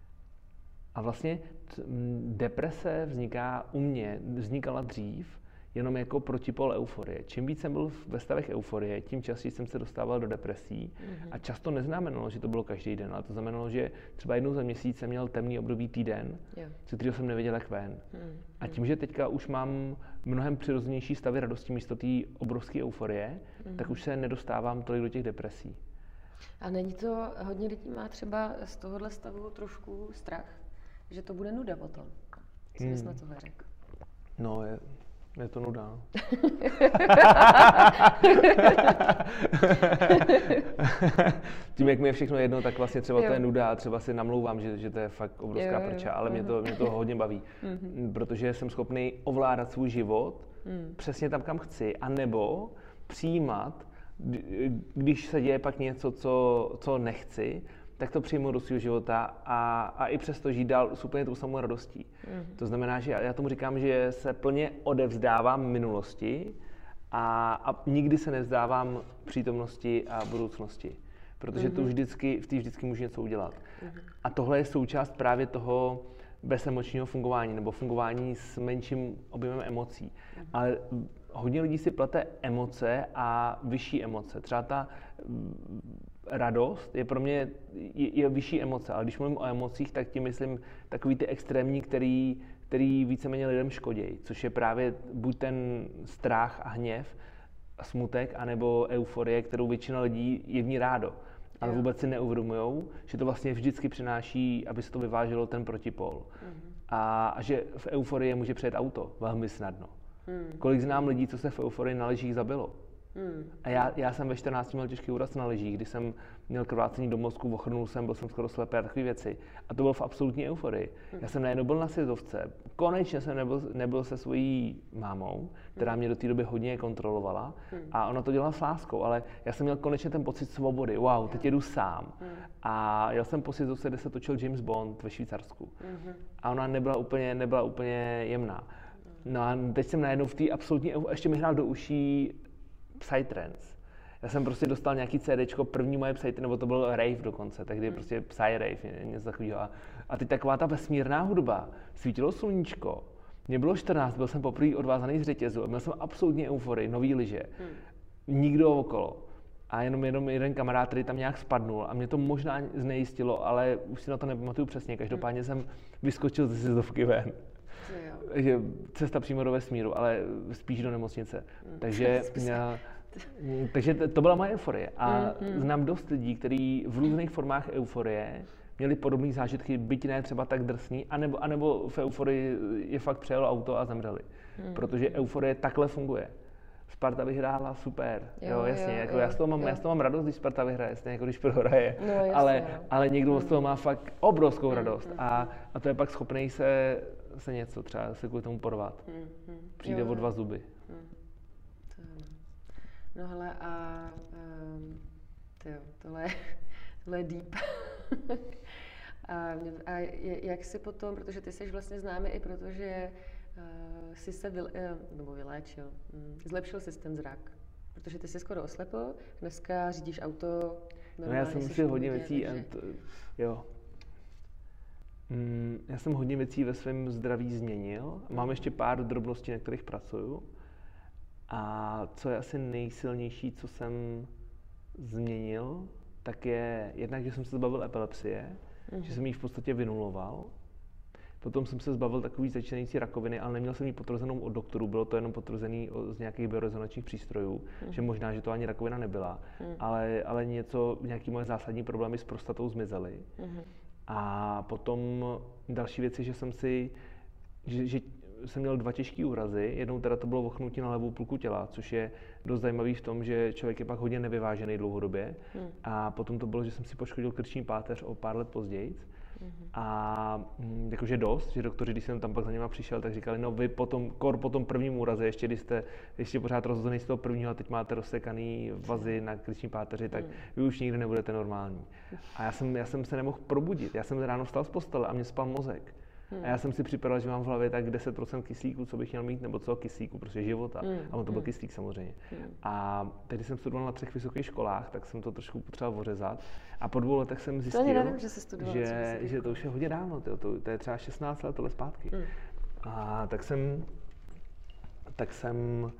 A vlastně deprese vznikala dřív jenom jako protipol euforie. Čím víc jsem byl ve stavech euforie, tím častěji jsem se dostával do depresí a často neznamenalo, že to bylo každý den, ale to znamenalo, že třeba jednou za měsíc jsem měl temný období týden, ze kterého jsem nevěděl jak ven. A tím, že teďka už mám mnohem přirozenější stavy radosti místo té obrovské euforie, tak už se nedostávám tolik do těch depresí. A není to, hodně lidí má třeba z tohohle stavu trošku strach, že to bude nuda potom. Co bys na tohle řekl? No, je to nuda. Tím, jak mi je všechno jedno, tak vlastně třeba to je nuda a třeba si namlouvám, že to je fakt obrovská prča, ale mě to hodně baví, protože jsem schopný ovládat svůj život přesně tam, kam chci, anebo přijímat, když se děje pak něco, co nechci, tak to přijmu do svého života a i přesto žít dál s úplně tou samou radostí. To znamená, že já tomu říkám, že se plně odevzdávám minulosti a nikdy se nevzdávám přítomnosti a budoucnosti. Protože to v té vždycky můžu něco udělat. A tohle je součást právě toho bezemočního fungování nebo fungování s menším objemem emocí. Ale hodně lidí si plete emoce a vyšší emoce. Třeba ta radost je pro mě je vyšší emoce, ale když mluvím o emocích, tak tím myslím takový ty extrémní, který víceméně lidem škodějí, což je právě buď ten strach a hněv a smutek, anebo euforie, kterou většina lidí je v ní rádo. Ale vůbec si neuvědomujou, že to vlastně vždycky přináší, aby se to vyváželo ten protipol. A že v euforii může přejet auto velmi snadno. Kolik znám lidí, co se v euforii na lyžích zabilo. A já jsem ve 14 měl těžký úraz na lyžích, kdy jsem měl krvácení do mozku, ochrnul jsem, byl jsem skoro slepý a takové věci. A to bylo v absolutní euforii. Já jsem najednou byl na sjezdovce, konečně jsem nebyl se svojí mámou, která mě do té doby hodně kontrolovala a ona to dělala s láskou, ale já jsem měl konečně ten pocit svobody, wow, teď jedu sám. A jel jsem po sjezdovce, kde se točil James Bond ve Švýcarsku. A ona nebyla úplně jemná. No a teď jsem najednou v té absolutní, ještě mi hrál do uší Psytrance. Já jsem prostě dostal nějaký CDčko, první moje Psytrance, nebo to byl rave dokonce, tehdy prostě Psy rave, něco takového. A teď taková ta vesmírná hudba, svítilo sluníčko, mě bylo 14, byl jsem poprvé odvázaný z řetězu, měl jsem absolutně euforii, nový lyže, nikdo okolo. A jenom jeden kamarád, který tam nějak spadnul a mě to možná znejistilo, ale už si na to nepamatuju přesně, každopádně jsem vyskočil ze sjezdovky ven. Takže cesta přímo do vesmíru, ale spíš do nemocnice. Takže to byla moje euforie. A znám dost lidí, kteří v různých formách euforie měli podobné zážitky, byť ne třeba tak drsný, anebo v euforii je fakt přejelo auto a zemřeli. Protože euforie takhle funguje. Sparta vyhrála, super, jo, jasně, já z toho mám radost, když Sparta vyhraje, jasně, jako když prohraje, no, jasně, ale někdo z toho má fakt obrovskou radost a to je pak schopný se něco třeba se kvůli tomu porvat. Přijde o 2 zuby. No hele, tohle je deep. a jak si potom, protože ty jsi vlastně známý i protože jsi se vyléčil, zlepšil jsi ten zrak, protože ty jsi skoro oslepl, dneska řídíš auto. No já jsem si hodně věcí, já jsem hodně věcí ve svém zdraví změnil, mám ještě pár drobností, na kterých pracuju a co je asi nejsilnější, co jsem změnil, tak je jednak, že jsem se zbavil epilepsie, že jsem ji v podstatě vynuloval. Potom jsem se zbavil takový začínající rakoviny, ale neměl jsem ji potvrzenou od doktorů, bylo to jenom potvrzený z nějakých biorezonančních přístrojů, že možná, že to ani rakovina nebyla, ale nějaké moje zásadní problémy s prostatou zmizely. A potom další věci, že jsem měl 2 těžké úrazy, jednou teda to bylo ochnutí na levou půlku těla, což je dost zajímavý v tom, že člověk je pak hodně nevyvážený dlouhodobě. A potom to bylo, že jsem si poškodil krční páteř o pár let později. A jakože dost, že doktoři, když jsem tam pak za něma přišel, tak říkali, no vy po tom prvním úraze, když jste ještě pořád rozhozený z toho prvního a teď máte rozsekaný vazy na krční páteři, tak vy už nikdy nebudete normální. A já jsem se nemohl probudit, já jsem ráno vstal z postele a mě spal mozek. A já jsem si připadal, že mám v hlavě tak 10% kyslíku, co bych měl mít, nebo co kyslíku, prostě života. A on to byl kyslík samozřejmě. A teď, když jsem studoval na 3 vysokých školách, tak jsem to trošku potřeboval ořezat. A po 2 letech jsem zjistil, že to už je hodně dávno, to je třeba 16 let tohle zpátky. A tak jsem tak jsem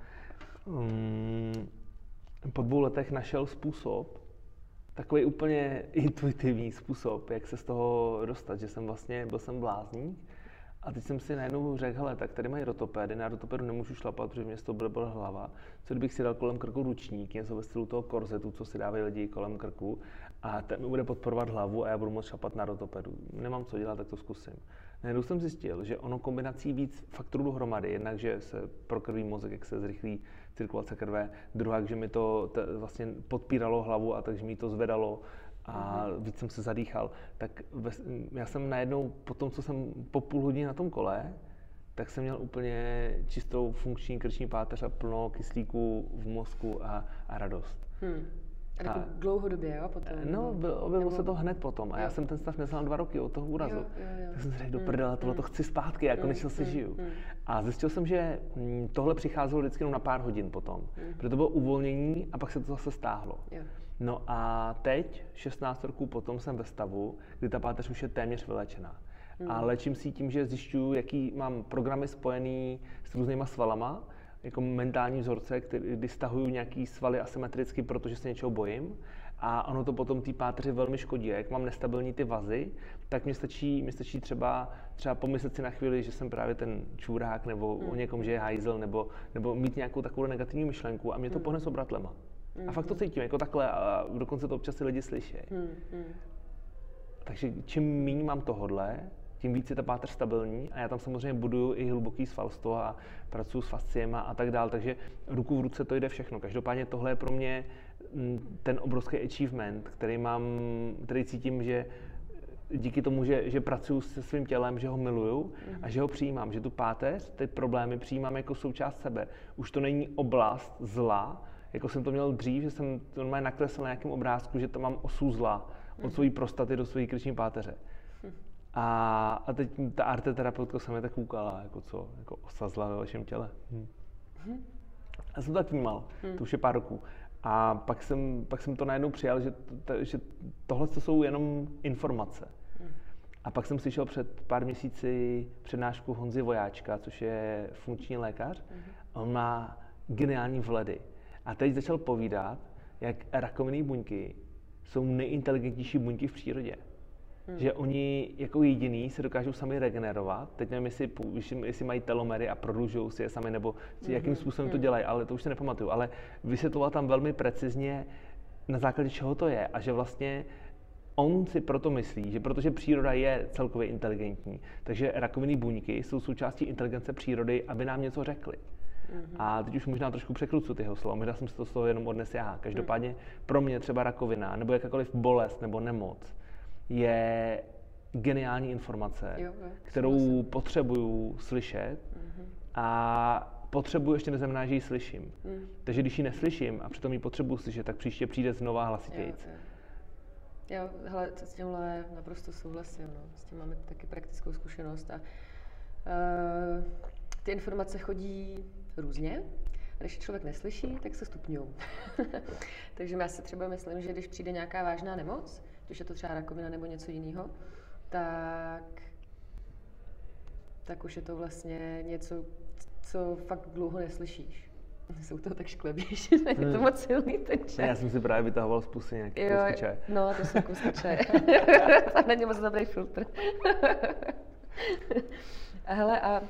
po 2 letech našel způsob, takový úplně intuitivní způsob, jak se z toho dostat, že jsem vlastně, byl jsem blázník a teď jsem si najednou řekl, hele, tak tady mají rotopédy, na rotopedu nemůžu šlapat, protože mě z toho bude bolet hlava. Co kdybych si dal kolem krku ručník, něco ve stylu toho korzetu, co si dávají lidi kolem krku a ten mi bude podporovat hlavu a já budu moct šlapat na rotopedu. Nemám co dělat, tak to zkusím. Najednou jsem zjistil, že ono kombinací víc faktorů dohromady, jednak, že se prokrví mozek, jak se zrychlí cirkulace krve, druhá, že mi to vlastně podpíralo hlavu a takže mi to zvedalo a víc jsem se zadýchal. Tak já jsem najednou, po tom, co jsem po půl hodině na tom kole, tak jsem měl úplně čistou funkční krční páteř a plno kyslíku v mozku a radost. A jako dlouhodobě, jo? Potom, no, objevilo se to hned potom. A já jsem ten stav neznal 2 roky od toho úrazu. Jo. Tak jsem si řekl, do prdele, tohle to chci zpátky, já konečně si žiju. A zjistil jsem, že tohle přicházelo vždycky jenom na pár hodin potom. Protože to bylo uvolnění a pak se to zase stáhlo. Jo. No a teď, 16 roků potom, jsem ve stavu, kdy ta páteř už je téměř vylečená. A léčím si tím, že zjišťuju, jaký mám programy spojený s různýma svalama, jako mentální vzorce, kdy stahuju nějaký svaly asymetricky, protože se něčeho bojím. A ono to potom té páteři velmi škodí. Jak mám nestabilní ty vazy, tak mě stačí třeba pomyslet si na chvíli, že jsem právě ten čurák, nebo o někom, že je hajzl, nebo mít nějakou takovou negativní myšlenku a mě to pohne s obratlema. A fakt to cítím, jako takhle a dokonce to občas si lidi slyší. Takže čím méně mám tohodle, tím víc je ta páteř stabilní a já tam samozřejmě buduju i hluboký svalstvo a pracuji s fasciema a tak dál, takže ruku v ruce to jde všechno. Každopádně tohle je pro mě ten obrovský achievement, který cítím, že díky tomu, že pracuji se svým tělem, že ho miluju a že ho přijímám, že tu páteř, ty problémy přijímám jako součást sebe. Už to není oblast zla, jako jsem to měl dřív, že jsem to normálně nakreslil na nějakém obrázku, že to mám osu zla od své prostaty do své krční páteře. A teď ta arteterapeutka se mě tak koukala, jako co, jako osa zla ve vašem těle. Já jsem to tak vnímal, to už je pár roků. A pak jsem to najednou přijal, že tohle jsou jenom informace. A pak jsem slyšel před pár měsíci přednášku Honzy Vojáčka, což je funkční lékař. A on má geniální vhledy. A teď začal povídat, jak rakovinné buňky jsou nejinteligentnější buňky v přírodě. Že oni jako jediný se dokážou sami regenerovat. Teď nevím, jestli mají telomery a prodlužují si je sami, nebo jakým způsobem to dělají, ale to už se nepamatuju. Ale vysvětloval tam velmi precizně, na základě čeho to je a že vlastně on si proto myslí, že protože příroda je celkově inteligentní, takže rakovinné buňky jsou součástí inteligence přírody, aby nám něco řekly. A teď už možná trošku překrucuju tyho slova, možná jsem si to slovo jenom odnes já. Každopádně pro mě třeba rakovina nebo jakákoliv bolest nebo nemoc je geniální informace, kterou potřebuju slyšet a potřebuji ještě neznamená, že ji slyším. Takže když ji neslyším a přitom ji potřebuji slyšet, tak příště přijde znova hlasitějc. Jo, hele, s tímhle naprosto souhlasím, no. S tím máme taky praktickou zkušenost a ty informace chodí různě. A když člověk neslyší, tak se stupňují. Takže já si třeba myslím, že když přijde nějaká vážná nemoc, když je to třeba rakovina nebo něco jiného, tak už je to vlastně něco, co fakt dlouho neslyšíš. Jsou to tak šklebější, je to moc silný ten čaj. Já jsem si právě vytahoval z pusy nějaký kousky čaje. No, to jsou kousky čaje. To není moc dobrý filtr. A hele,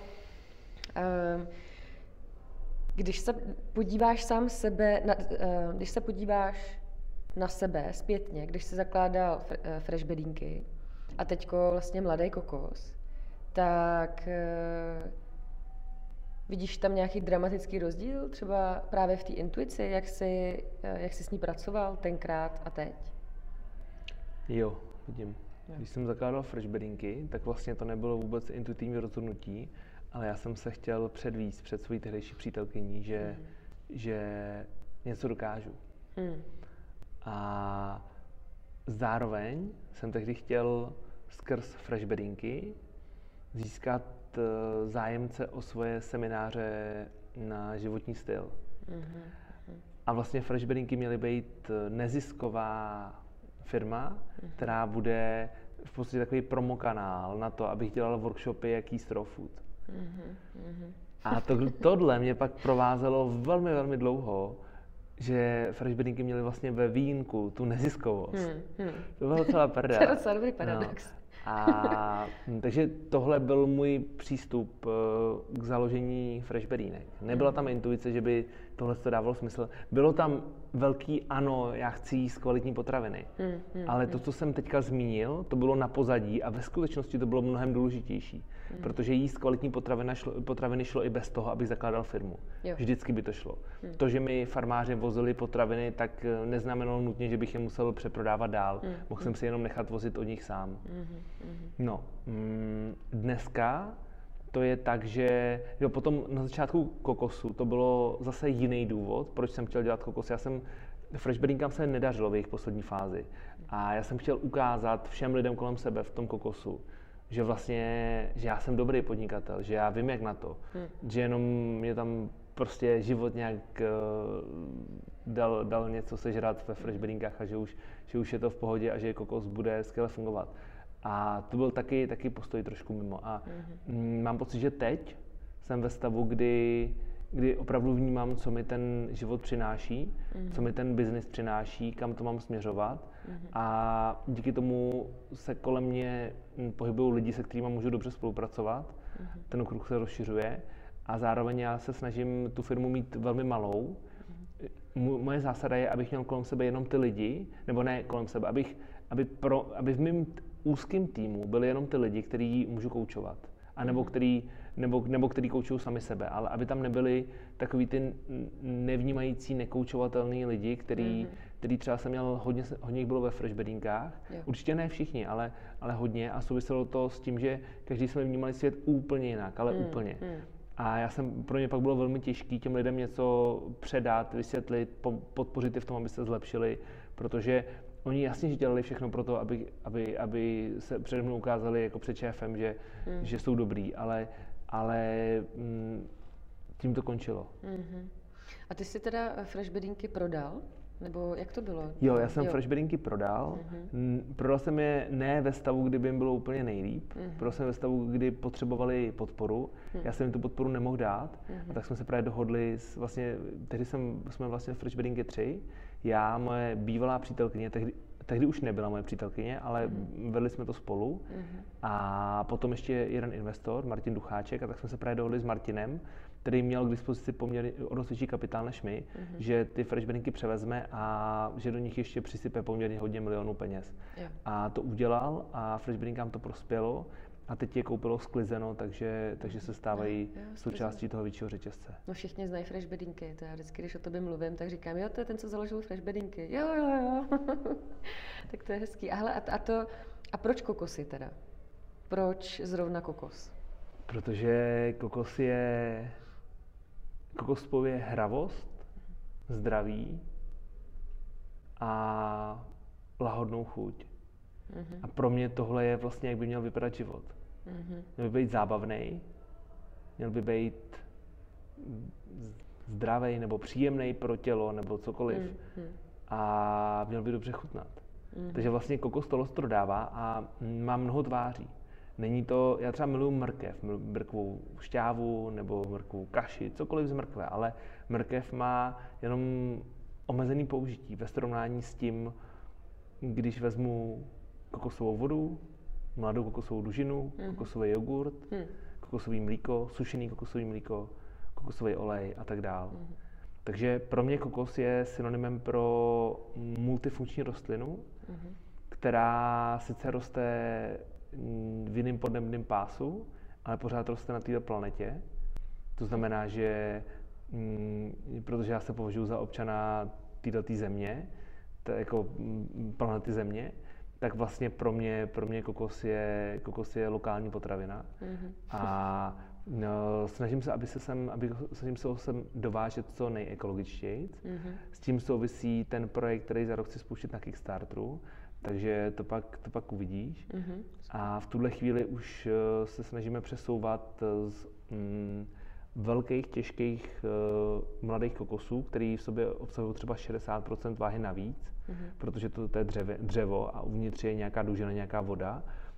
když se podíváš sám sebe, když se podíváš na sebe zpětně, když jsi zakládal Fresh bedínky a teďko vlastně mladý kokos, tak vidíš tam nějaký dramatický rozdíl, třeba právě v té intuici, jak jsi s ní pracoval tenkrát a teď? Jo, vidím. Když jsem zakládal Fresh bedínky, tak vlastně to nebylo vůbec intuitivní rozhodnutí, ale já jsem se chtěl předvíst před svojí tehdejší přítelkyní, že něco dokážu. A zároveň jsem tehdy chtěl skrz Fresh bedínky získat zájemce o svoje semináře na životní styl. A vlastně Fresh bedínky měly být nezisková firma, která bude v podstatě takový promokanál na to, abych dělal workshopy, jak jíst raw food. A tohle mě pak provázelo velmi, velmi dlouho, že fresh breedingy měly vlastně ve vínku tu neziskovost. To bylo docela prdel. To je docela dobrý paradox. No. Takže tohle byl můj přístup k založení fresh breedinek. Nebyla tam intuice, že by tohle dávalo smysl. Bylo tam velký ano, já chci jíst kvalitní potraviny. Ale to, co jsem teďka zmínil, to bylo na pozadí a ve skutečnosti to bylo mnohem důležitější. Protože jíst kvalitní potraviny šlo i bez toho, abych zakládal firmu. Jo. Vždycky by to šlo. To, že mi farmáři vozili potraviny, tak neznamenalo nutně, že bych je musel přeprodávat dál. Mohl jsem si jenom nechat vozit od nich sám. No, dneska to je tak, že potom na začátku kokosu to bylo zase jiný důvod, proč jsem chtěl dělat kokos. Fresh breedinkám se nedařilo v jejich poslední fázi. A já jsem chtěl ukázat všem lidem kolem sebe v tom kokosu, že vlastně, že já jsem dobrý podnikatel, že já vím, jak na to. Že jenom mě tam prostě život nějak dal něco sežrat ve fresh breedinkách a že už je to v pohodě a že kokos bude skvěle fungovat. A to byl taky postoj trošku mimo. A mám pocit, že teď jsem ve stavu, kdy opravdu vnímám, co mi ten život přináší, co mi ten biznis přináší, kam to mám směřovat. A díky tomu se kolem mě pohybují lidi, se kterými můžu dobře spolupracovat. Ten okruh se rozšiřuje a zároveň já se snažím tu firmu mít velmi malou. Moje zásada je, abych měl kolem sebe jenom ty lidi, nebo ne kolem sebe, aby v mém úzkém týmu byli jenom ty lidi, který můžu koučovat. A nebo který koučují sami sebe, ale aby tam nebyli takový ty nevnímající, nekoučovatelný lidi, který třeba jsem měl, hodně jich bylo ve fresh breedinkách. Určitě ne všichni, ale hodně a souviselo to s tím, že každý jsme vnímali svět úplně jinak, ale úplně. A pro mě pak bylo velmi těžké těm lidem něco předat, vysvětlit, podpořit je v tom, aby se zlepšili, protože oni jasně, že dělali všechno pro to, aby se přede mnou ukázali jako před šéfem, že jsou dobrý, ale tím to končilo. A ty jsi teda fresh breedinky prodal? Nebo jak to bylo? Jo, já jsem fresh breedinky prodal. Prodal jsem je ne ve stavu, kdy by jim bylo úplně nejlíp. Prodal jsem je ve stavu, kdy potřebovali podporu. Já jsem jim tu podporu nemohl dát. A tak jsme se právě dohodli, tehdy jsme vlastně fresh breedinky 3. Já, moje bývalá přítelkyně, tehdy už nebyla moje přítelkyně, ale vedli jsme to spolu. A potom ještě jeden investor, Martin Ducháček, a tak jsme se právě dohodli s Martinem, který měl k dispozici poměrně o dost větší kapitál než my, že ty fresh breedinky převezme a že do nich ještě přisype poměrně hodně milionů peněz. A to udělal a fresh breedinkám to prospělo. A teď je koupilo sklizeno, takže se stávají součástí toho většího řetězce. No všichni znají fresh breedinky, to já vždycky, když o tobě mluvím, tak říkám, jo, to je ten, co založil fresh breedinky. Jo. Tak to je hezký. A proč kokosy teda? Proč zrovna kokos? Protože kokos spojuje hravost, zdraví a lahodnou chuť. A pro mě tohle je vlastně, jak by měl vypadat život. Měl by být zábavný, měl by být zdravý nebo příjemný pro tělo nebo cokoliv. A měl by dobře chutnat. Takže vlastně kokos tohle dává a má mnoho tváří. Není to, já třeba miluji mrkvou šťávu nebo mrkvou kaši, cokoliv z mrkve, ale mrkev má jenom omezený použití ve srovnání s tím, když vezmu kokosovou vodu, mladou kokosovou dužinu, kokosový jogurt, kokosový mlíko, sušený kokosový mlíko, kokosový olej a tak dál. Takže pro mě kokos je synonymem pro multifunkční rostlinu, která sice roste v jiném podnebném pásu, ale pořád roste na této planetě. To znamená, že protože já se považuji za občana této země, jako planety Země, tak vlastně pro mě kokos je lokální potravina. A snažím se, snažím se ho sem dovážet co nejekologičtěji. S tím souvisí ten projekt, který za rok chci spustit na Kickstarteru, takže to pak uvidíš. A v tuhle chvíli už se snažíme přesouvat z velkých, těžkých mladých kokosů, který v sobě obsahují třeba 60% váhy navíc, protože to je dřevo a uvnitř je nějaká dužina, nějaká voda,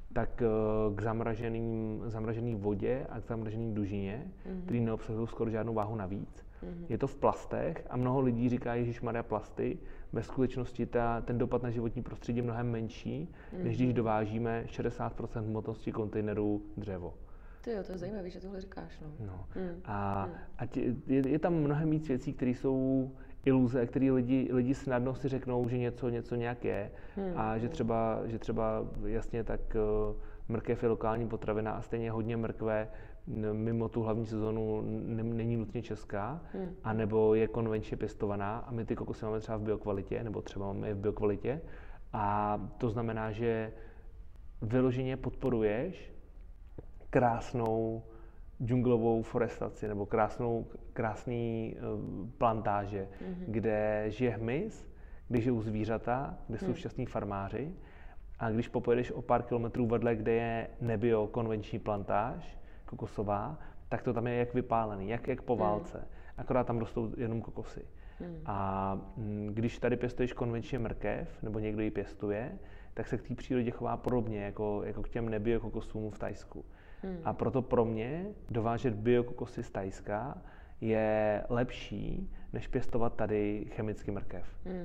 tak k zamražený vodě a k zamražený dužině, který neobsahují skoro žádnou váhu navíc. Je to v plastech a mnoho lidí říká, ježišmarja, plasty. Ve skutečnosti ten dopad na životní prostředí je mnohem menší, než když dovážíme 60% hmotnosti kontejnerů dřevo. To je zajímavé, že tohle říkáš. No. Je tam mnohem víc věcí, které jsou iluze, které lidi snadno si řeknou, že něco nějak je a že třeba jasně tak mrkev je lokální potravina a stejně hodně mrkve mimo tu hlavní sezonu není nutně česká, anebo je konvenčně pěstovaná a my ty kokosy máme třeba v biokvalitě, nebo třeba máme je v biokvalitě a to znamená, že vyloženě podporuješ krásnou džunglovou forestaci nebo krásný plantáže, kde žije hmyz, kde žijou zvířata, kde jsou šťastní farmáři a když popojedeš o pár kilometrů vedle, kde je nebio konvenční plantáž, kokosová, tak to tam je jak vypálený, jak po válce. Akorát tam rostou jenom kokosy. A když tady pěstuješ konvenčně mrkev, nebo někdo ji pěstuje, tak se k té přírodě chová podobně, jako k těm nebio kokosům v Thajsku. A proto pro mě dovážet biokokosy z Thajska je lepší, než pěstovat tady chemický mrkev.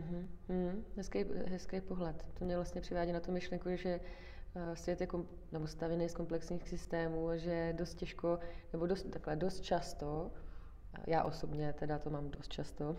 Hezký pohled. To mě vlastně přivádí na tu myšlenku, že svět je stavěný z komplexních systémů a že dost těžko, nebo dost často, já osobně teda to mám dost často,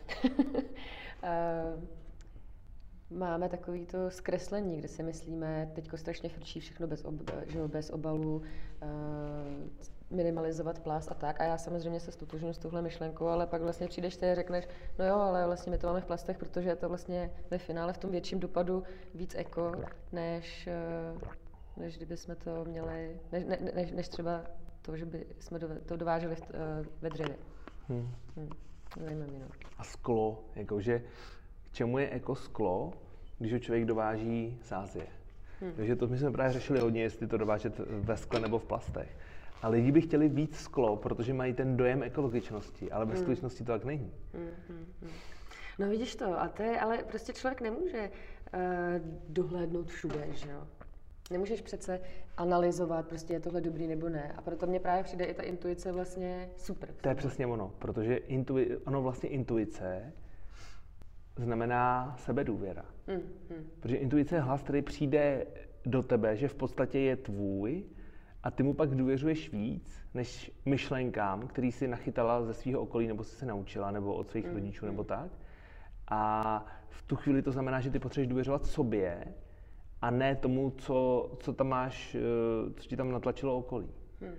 máme takovýto zkreslení, kde si myslíme, teďko strašně frčí všechno bez obalu, minimalizovat plast a tak. A já samozřejmě se ztotožňuji s touhle myšlenkou, ale pak vlastně přijdeš a řekneš, no jo, ale vlastně my to máme v plastech, protože je to vlastně ve finále v tom větším dopadu víc eko, než kdyby jsme to měli, než třeba to, že by jsme to dováželi ve dřevě. Zajímavý, no. A sklo, jakože k čemu je ekosklo, když ho člověk dováží z Asie? Takže to my jsme právě řešili hodně, jestli to dovážet ve skle nebo v plastech. A lidi by chtěli víc sklo, protože mají ten dojem ekologičnosti, ale ve skutečnosti to tak není. No vidíš to, ale prostě člověk nemůže dohlédnout všude, že jo? Nemůžeš přece analyzovat, prostě je tohle dobrý nebo ne. A proto mně právě přijde i ta intuice vlastně super. To je přesně ono, protože intuice znamená sebedůvěra. Protože intuice je hlas, který přijde do tebe, že v podstatě je tvůj a ty mu pak důvěřuješ víc, než myšlenkám, který si nachytala ze svého okolí, nebo si se naučila, nebo od svých rodičů, nebo tak. A v tu chvíli to znamená, že ty potřebuješ důvěřovat sobě a ne tomu, co tam máš, co ti tam natlačilo okolí.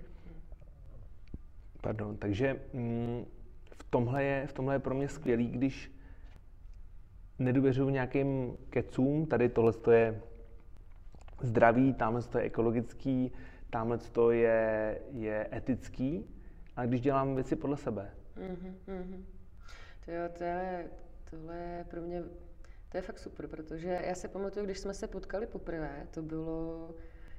Pardon, takže v tomhle je pro mě skvělý, když nedůvěřuji nějakým kecům, tady tohle je zdravý, tamhle to je ekologický, tamhle to je etický, a když dělám věci podle sebe. Tohle je pro mě, to je fakt super, protože já si pamatuju, když jsme se potkali poprvé, to bylo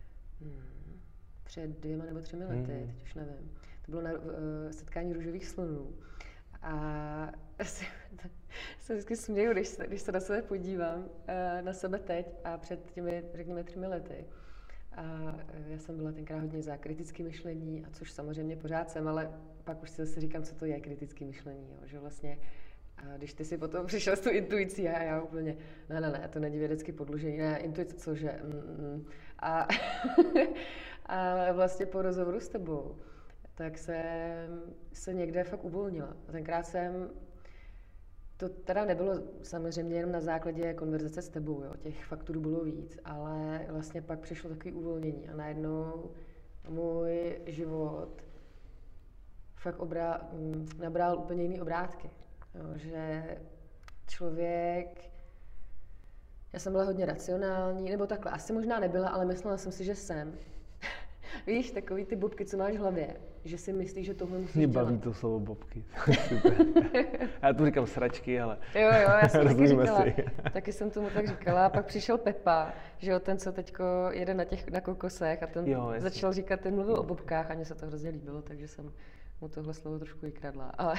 před 2 nebo 3 lety, teď už nevím. To bylo na setkání růžových slonů. A se vždycky směju, když se na sebe podívám, na sebe teď a před těmi, řekněme, 3 lety. A já jsem byla tenkrát hodně za kritické myšlení, a což samozřejmě pořád jsem, ale pak už si zase říkám, co to je kritické myšlení, jo? Že vlastně, a když ty si potom přišel s tou intuicí a já úplně, ne, to není vědecky podložený, ne, intuice, cože, A vlastně po rozhovoru s tebou, tak jsem se někde fakt uvolnila. A tenkrát to teda nebylo samozřejmě jenom na základě konverzace s tebou, jo. Těch faktorů bylo víc, ale vlastně pak přišlo takové uvolnění a najednou můj život fakt nabral úplně jiný obrátky. Jo, že člověk, já jsem byla hodně racionální, nebo takhle, asi možná nebyla, ale myslela jsem si, že jsem. Víš, takový ty bobky, co máš v hlavě, že si myslíš, že tohle musíš dělat. Mě baví to slovo bobky. Super. Já tu říkám sračky, ale Jo, já jsem taky říkala. Taky jsem tomu tak říkala. A pak přišel Pepa, že jo, ten, co teďko jede na kokosech a ten začal říkat, ten mluvil o bobkách a mně se to hrozně líbilo, takže jsem mu tohle slovo trošku vykradla. Ale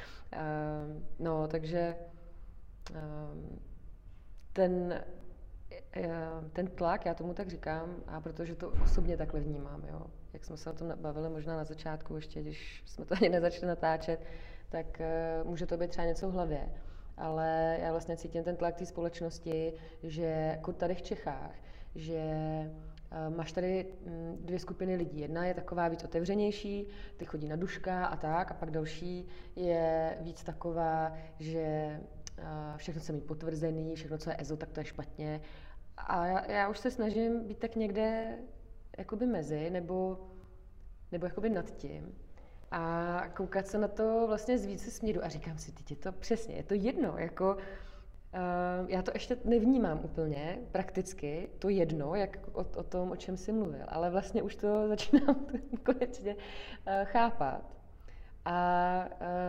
no, takže ten tlak, já tomu tak říkám, a protože to osobně takhle vnímám, jo. Jak jsme se o tom bavili možná na začátku, ještě když jsme to ani nezačali natáčet, tak může to být třeba něco v hlavě. Ale já vlastně cítím ten tlak té společnosti, že jako tady v Čechách, že máš tady dvě skupiny lidí. Jedna je taková víc otevřenější, ty chodí na duška a tak, a pak další je víc taková, že všechno chce mít potvrzený, všechno, co je EZO, tak to je špatně. A já už se snažím být tak někde jakoby mezi, nebo jakoby nad tím. A koukat se na to vlastně z více směru a říkám si, teď je to přesně, je to jedno, jako já to ještě nevnímám úplně prakticky, to jedno, jak o tom, o čem jsi mluvil, ale vlastně už to začínám konečně chápat. A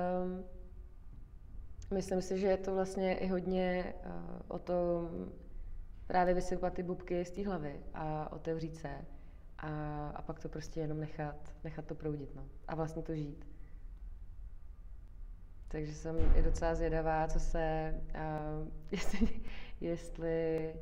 myslím si, že je to vlastně i hodně o tom právě vysypat ty bubky z té hlavy a otevřít se. A pak to prostě jenom nechat to proudit, no. A vlastně to žít. Takže jsem i docela zvědavá, co se, jestli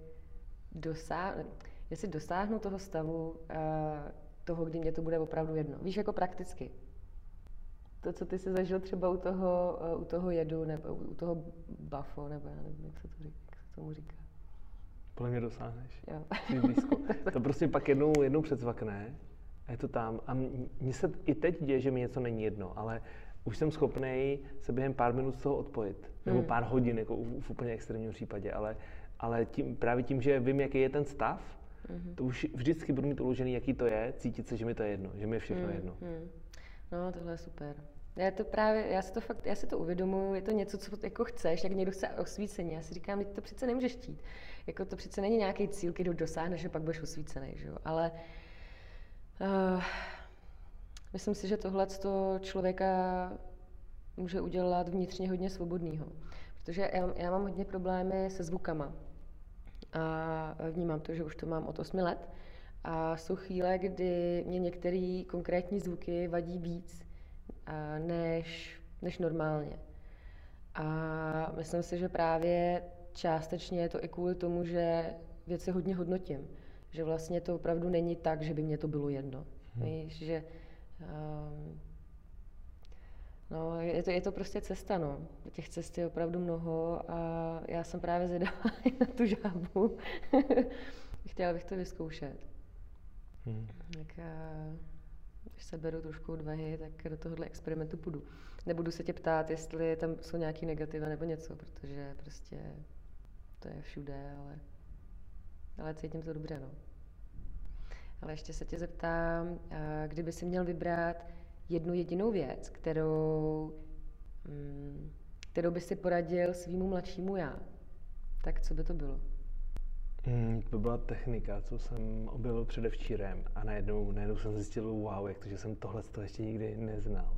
dosáhnu toho stavu, toho, kdy mě to bude opravdu jedno. Víš, jako prakticky. To, co ty jsi zažil třeba u toho jedu, nebo u toho bafo, nebo já nevím, jak se tomu říká. Podle mě dosáhneš. Jo. Jsi blízko. To prostě pak jednou předzvakne a je to tam. A mně se i teď děje, že mi něco není jedno, ale už jsem schopný se během pár minut z toho odpojit. Nebo pár hodin, jako v úplně extrémním případě. Ale právě tím, že vím, jaký je ten stav, to už vždycky budu mít uložený, jaký to je, cítit se, že mi to je jedno, že mi je všechno jedno. No, tohle je super. Já si to uvědomuji, je to něco, co jako chceš, jak někdo chce osvícení. Já si říkám, teď to přece nemůžeš chtít. Jako to přece není nějaký cíl, který dosáhneš a pak budeš osvícený, že jo? Ale myslím si, že tohle člověka může udělat vnitřně hodně svobodného. Protože já mám hodně problémy se zvukama. A vnímám to, že už to mám od 8 let. A jsou chvíle, kdy mě některé konkrétní zvuky vadí víc než normálně. A myslím si, že právě částečně je to i kvůli tomu, že věci hodně hodnotím. Že vlastně to opravdu není tak, že by mě to bylo jedno. Víš, že no, je to prostě cesta, no. Těch cest je opravdu mnoho a já jsem právě zvědavá na tu žábu. Chtěla bych to vyzkoušet. Tak když se beru trošku odvahy, tak do tohohle experimentu půjdu. Nebudu se tě ptát, jestli tam jsou nějaký negativa nebo něco, protože prostě to je všude, ale cítím to dobře, no. Ale ještě se tě zeptám, kdyby si měl vybrat jednu jedinou věc, kterou by si poradil svýmu mladšímu já, tak co by to bylo? To byla technika, co jsem objevil předevčírem a najednou jsem zjistil, wow, jak to, že jsem tohle ještě nikdy neznal.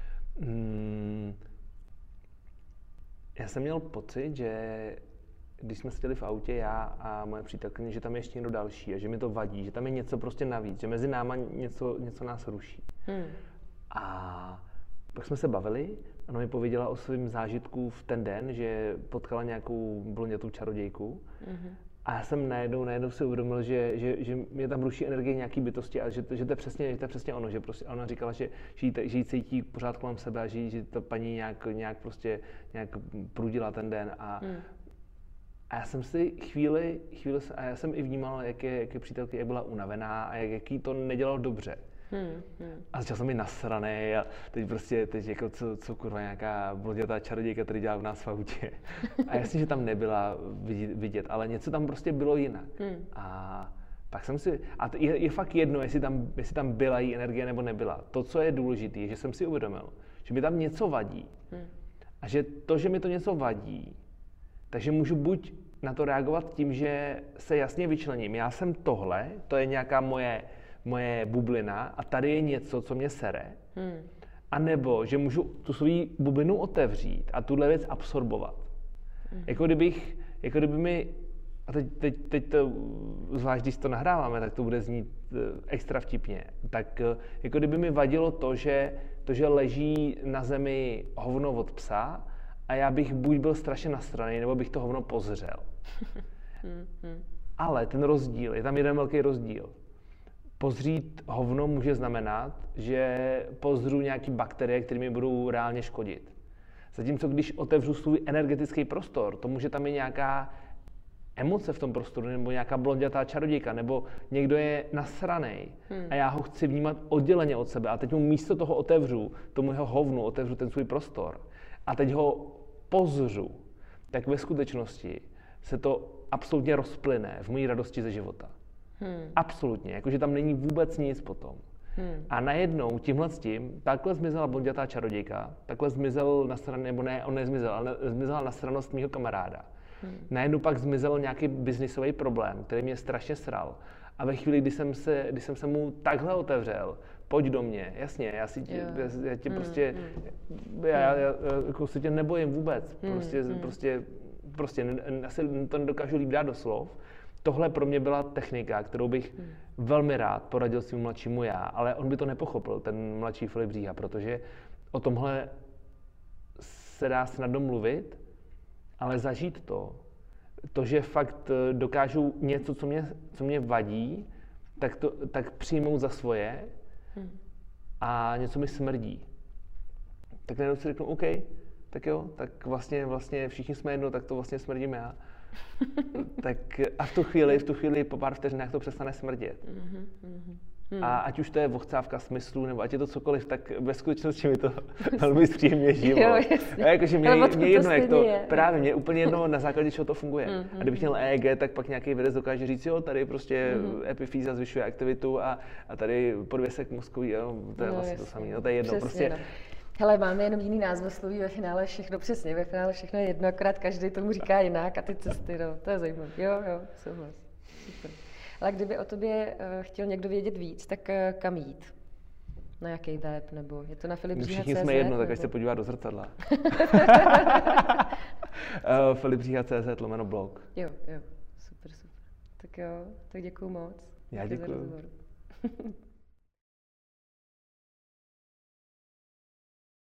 Já jsem měl pocit, že když jsme seděli v autě, já a moje přítelkyně, že tam je ještě někdo další a že mi to vadí, že tam je něco prostě navíc, že mezi náma něco nás ruší. A pak jsme se bavili, ona mi pověděla o svém zážitku v ten den, že potkala nějakou blondětou čarodějku. A já jsem najednou si uvědomil, že mě tam ruší energie nějaký bytosti a že to je přesně ono, že prostě ona říkala, že jí cítí pořád kolem sebe a že ta paní nějak prudila ten den a já jsem si chvíli a já jsem i vnímal, jak je přítelky, jak byla unavená a jak jí to nedělalo dobře. A začal jsem být nasranej a teď jako co kurva nějaká blondětá čarodějka, který dělá v nás v autě. A jasně, že tam nebyla vidět, ale něco tam prostě bylo jinak. A pak jsem si, a je fakt jedno, jestli tam byla jí energie nebo nebyla. To, co je důležité, je, že jsem si uvědomil, že mi tam něco vadí. A že to, že mi to něco vadí, takže můžu buď na to reagovat tím, že se jasně vyčlením. Já jsem tohle, to je nějaká moje bublina a tady je něco, co mě sere. A nebo, že můžu tu svou bublinu otevřít a tuhle věc absorbovat. Jako kdyby mi, a teď to, zvlášť když to nahráváme, tak to bude znít extra vtipně, tak jako kdyby mi vadilo to, že leží na zemi hovno od psa a já bych buď byl strašně nasranej, nebo bych to hovno pozřel. Ale ten rozdíl, je tam jeden velký rozdíl. Pozřít hovno může znamenat, že pozřu nějaký bakterie, které mi budou reálně škodit. Zatímco když otevřu svůj energetický prostor, to může tam je nějaká emoce v tom prostoru, nebo nějaká blondětá čarodějka, nebo někdo je nasranej a já ho chci vnímat odděleně od sebe a teď mu místo toho otevřu, tomu jeho hovnu, otevřu ten svůj prostor a teď ho pozřu, tak ve skutečnosti se to absolutně rozplyne v mojí radosti ze života. Absolutně, jakože tam není vůbec nic potom. A najednou tímhletím, takhle zmizela blondětá čarodějka, takhle zmizel nasraný, nebo ne, on nezmizel, ale zmizela nasranost mýho kamaráda. Najednou pak zmizel nějaký biznisový problém, který mě strašně sral. A ve chvíli, kdy jsem se mu takhle otevřel, pojď do mě, jasně, já tě prostě, já jako se tě nebojím vůbec, prostě asi to nedokážu líp dát do slov. Tohle pro mě byla technika, kterou bych velmi rád poradil svým mladšímu já, ale on by to nepochopil, ten mladší Filip Říha, protože o tomhle se dá snadno mluvit, ale zažít to, že fakt dokážu něco, co mě vadí, tak přijmout za svoje a něco mi smrdí. Tak najednou si řeknu, OK, tak jo, tak vlastně všichni jsme jedno, tak to vlastně smrdím já. Tak a v tu chvíli po pár vteřinách to přestane smrdět. A ať už to je vochcávka smyslu, nebo ať je to cokoliv, tak ve skutečnosti mi to velmi příjemně živo. Jakože mě jedno, jak to je. Právě mě úplně jedno, na základě čeho to funguje. A kdybych měl EEG, tak pak nějaký vědec dokáže říct, jo, tady prostě epifýza zvyšuje aktivitu a tady podvěsek mozkový, jo, to je vlastně to samé, to je jedno. Přesně, prostě. Hele, máme jenom jiný názvosloví, ve finále všechno přesně, ve finále všechno je jedno, akorát každý tomu říká jinak a ty cesty, no, to je zajímavé. Jo, souhlas. Super. Ale kdyby o tobě chtěl někdo vědět víc, tak kam jít? Na jaký web? Nebo je to na filipříha.cz? Všichni jsme jedno, tak až se podívá do zrcadla. filipříha.cz/blog. Jo, super. Tak jo, tak děkuju moc. Já děkuju.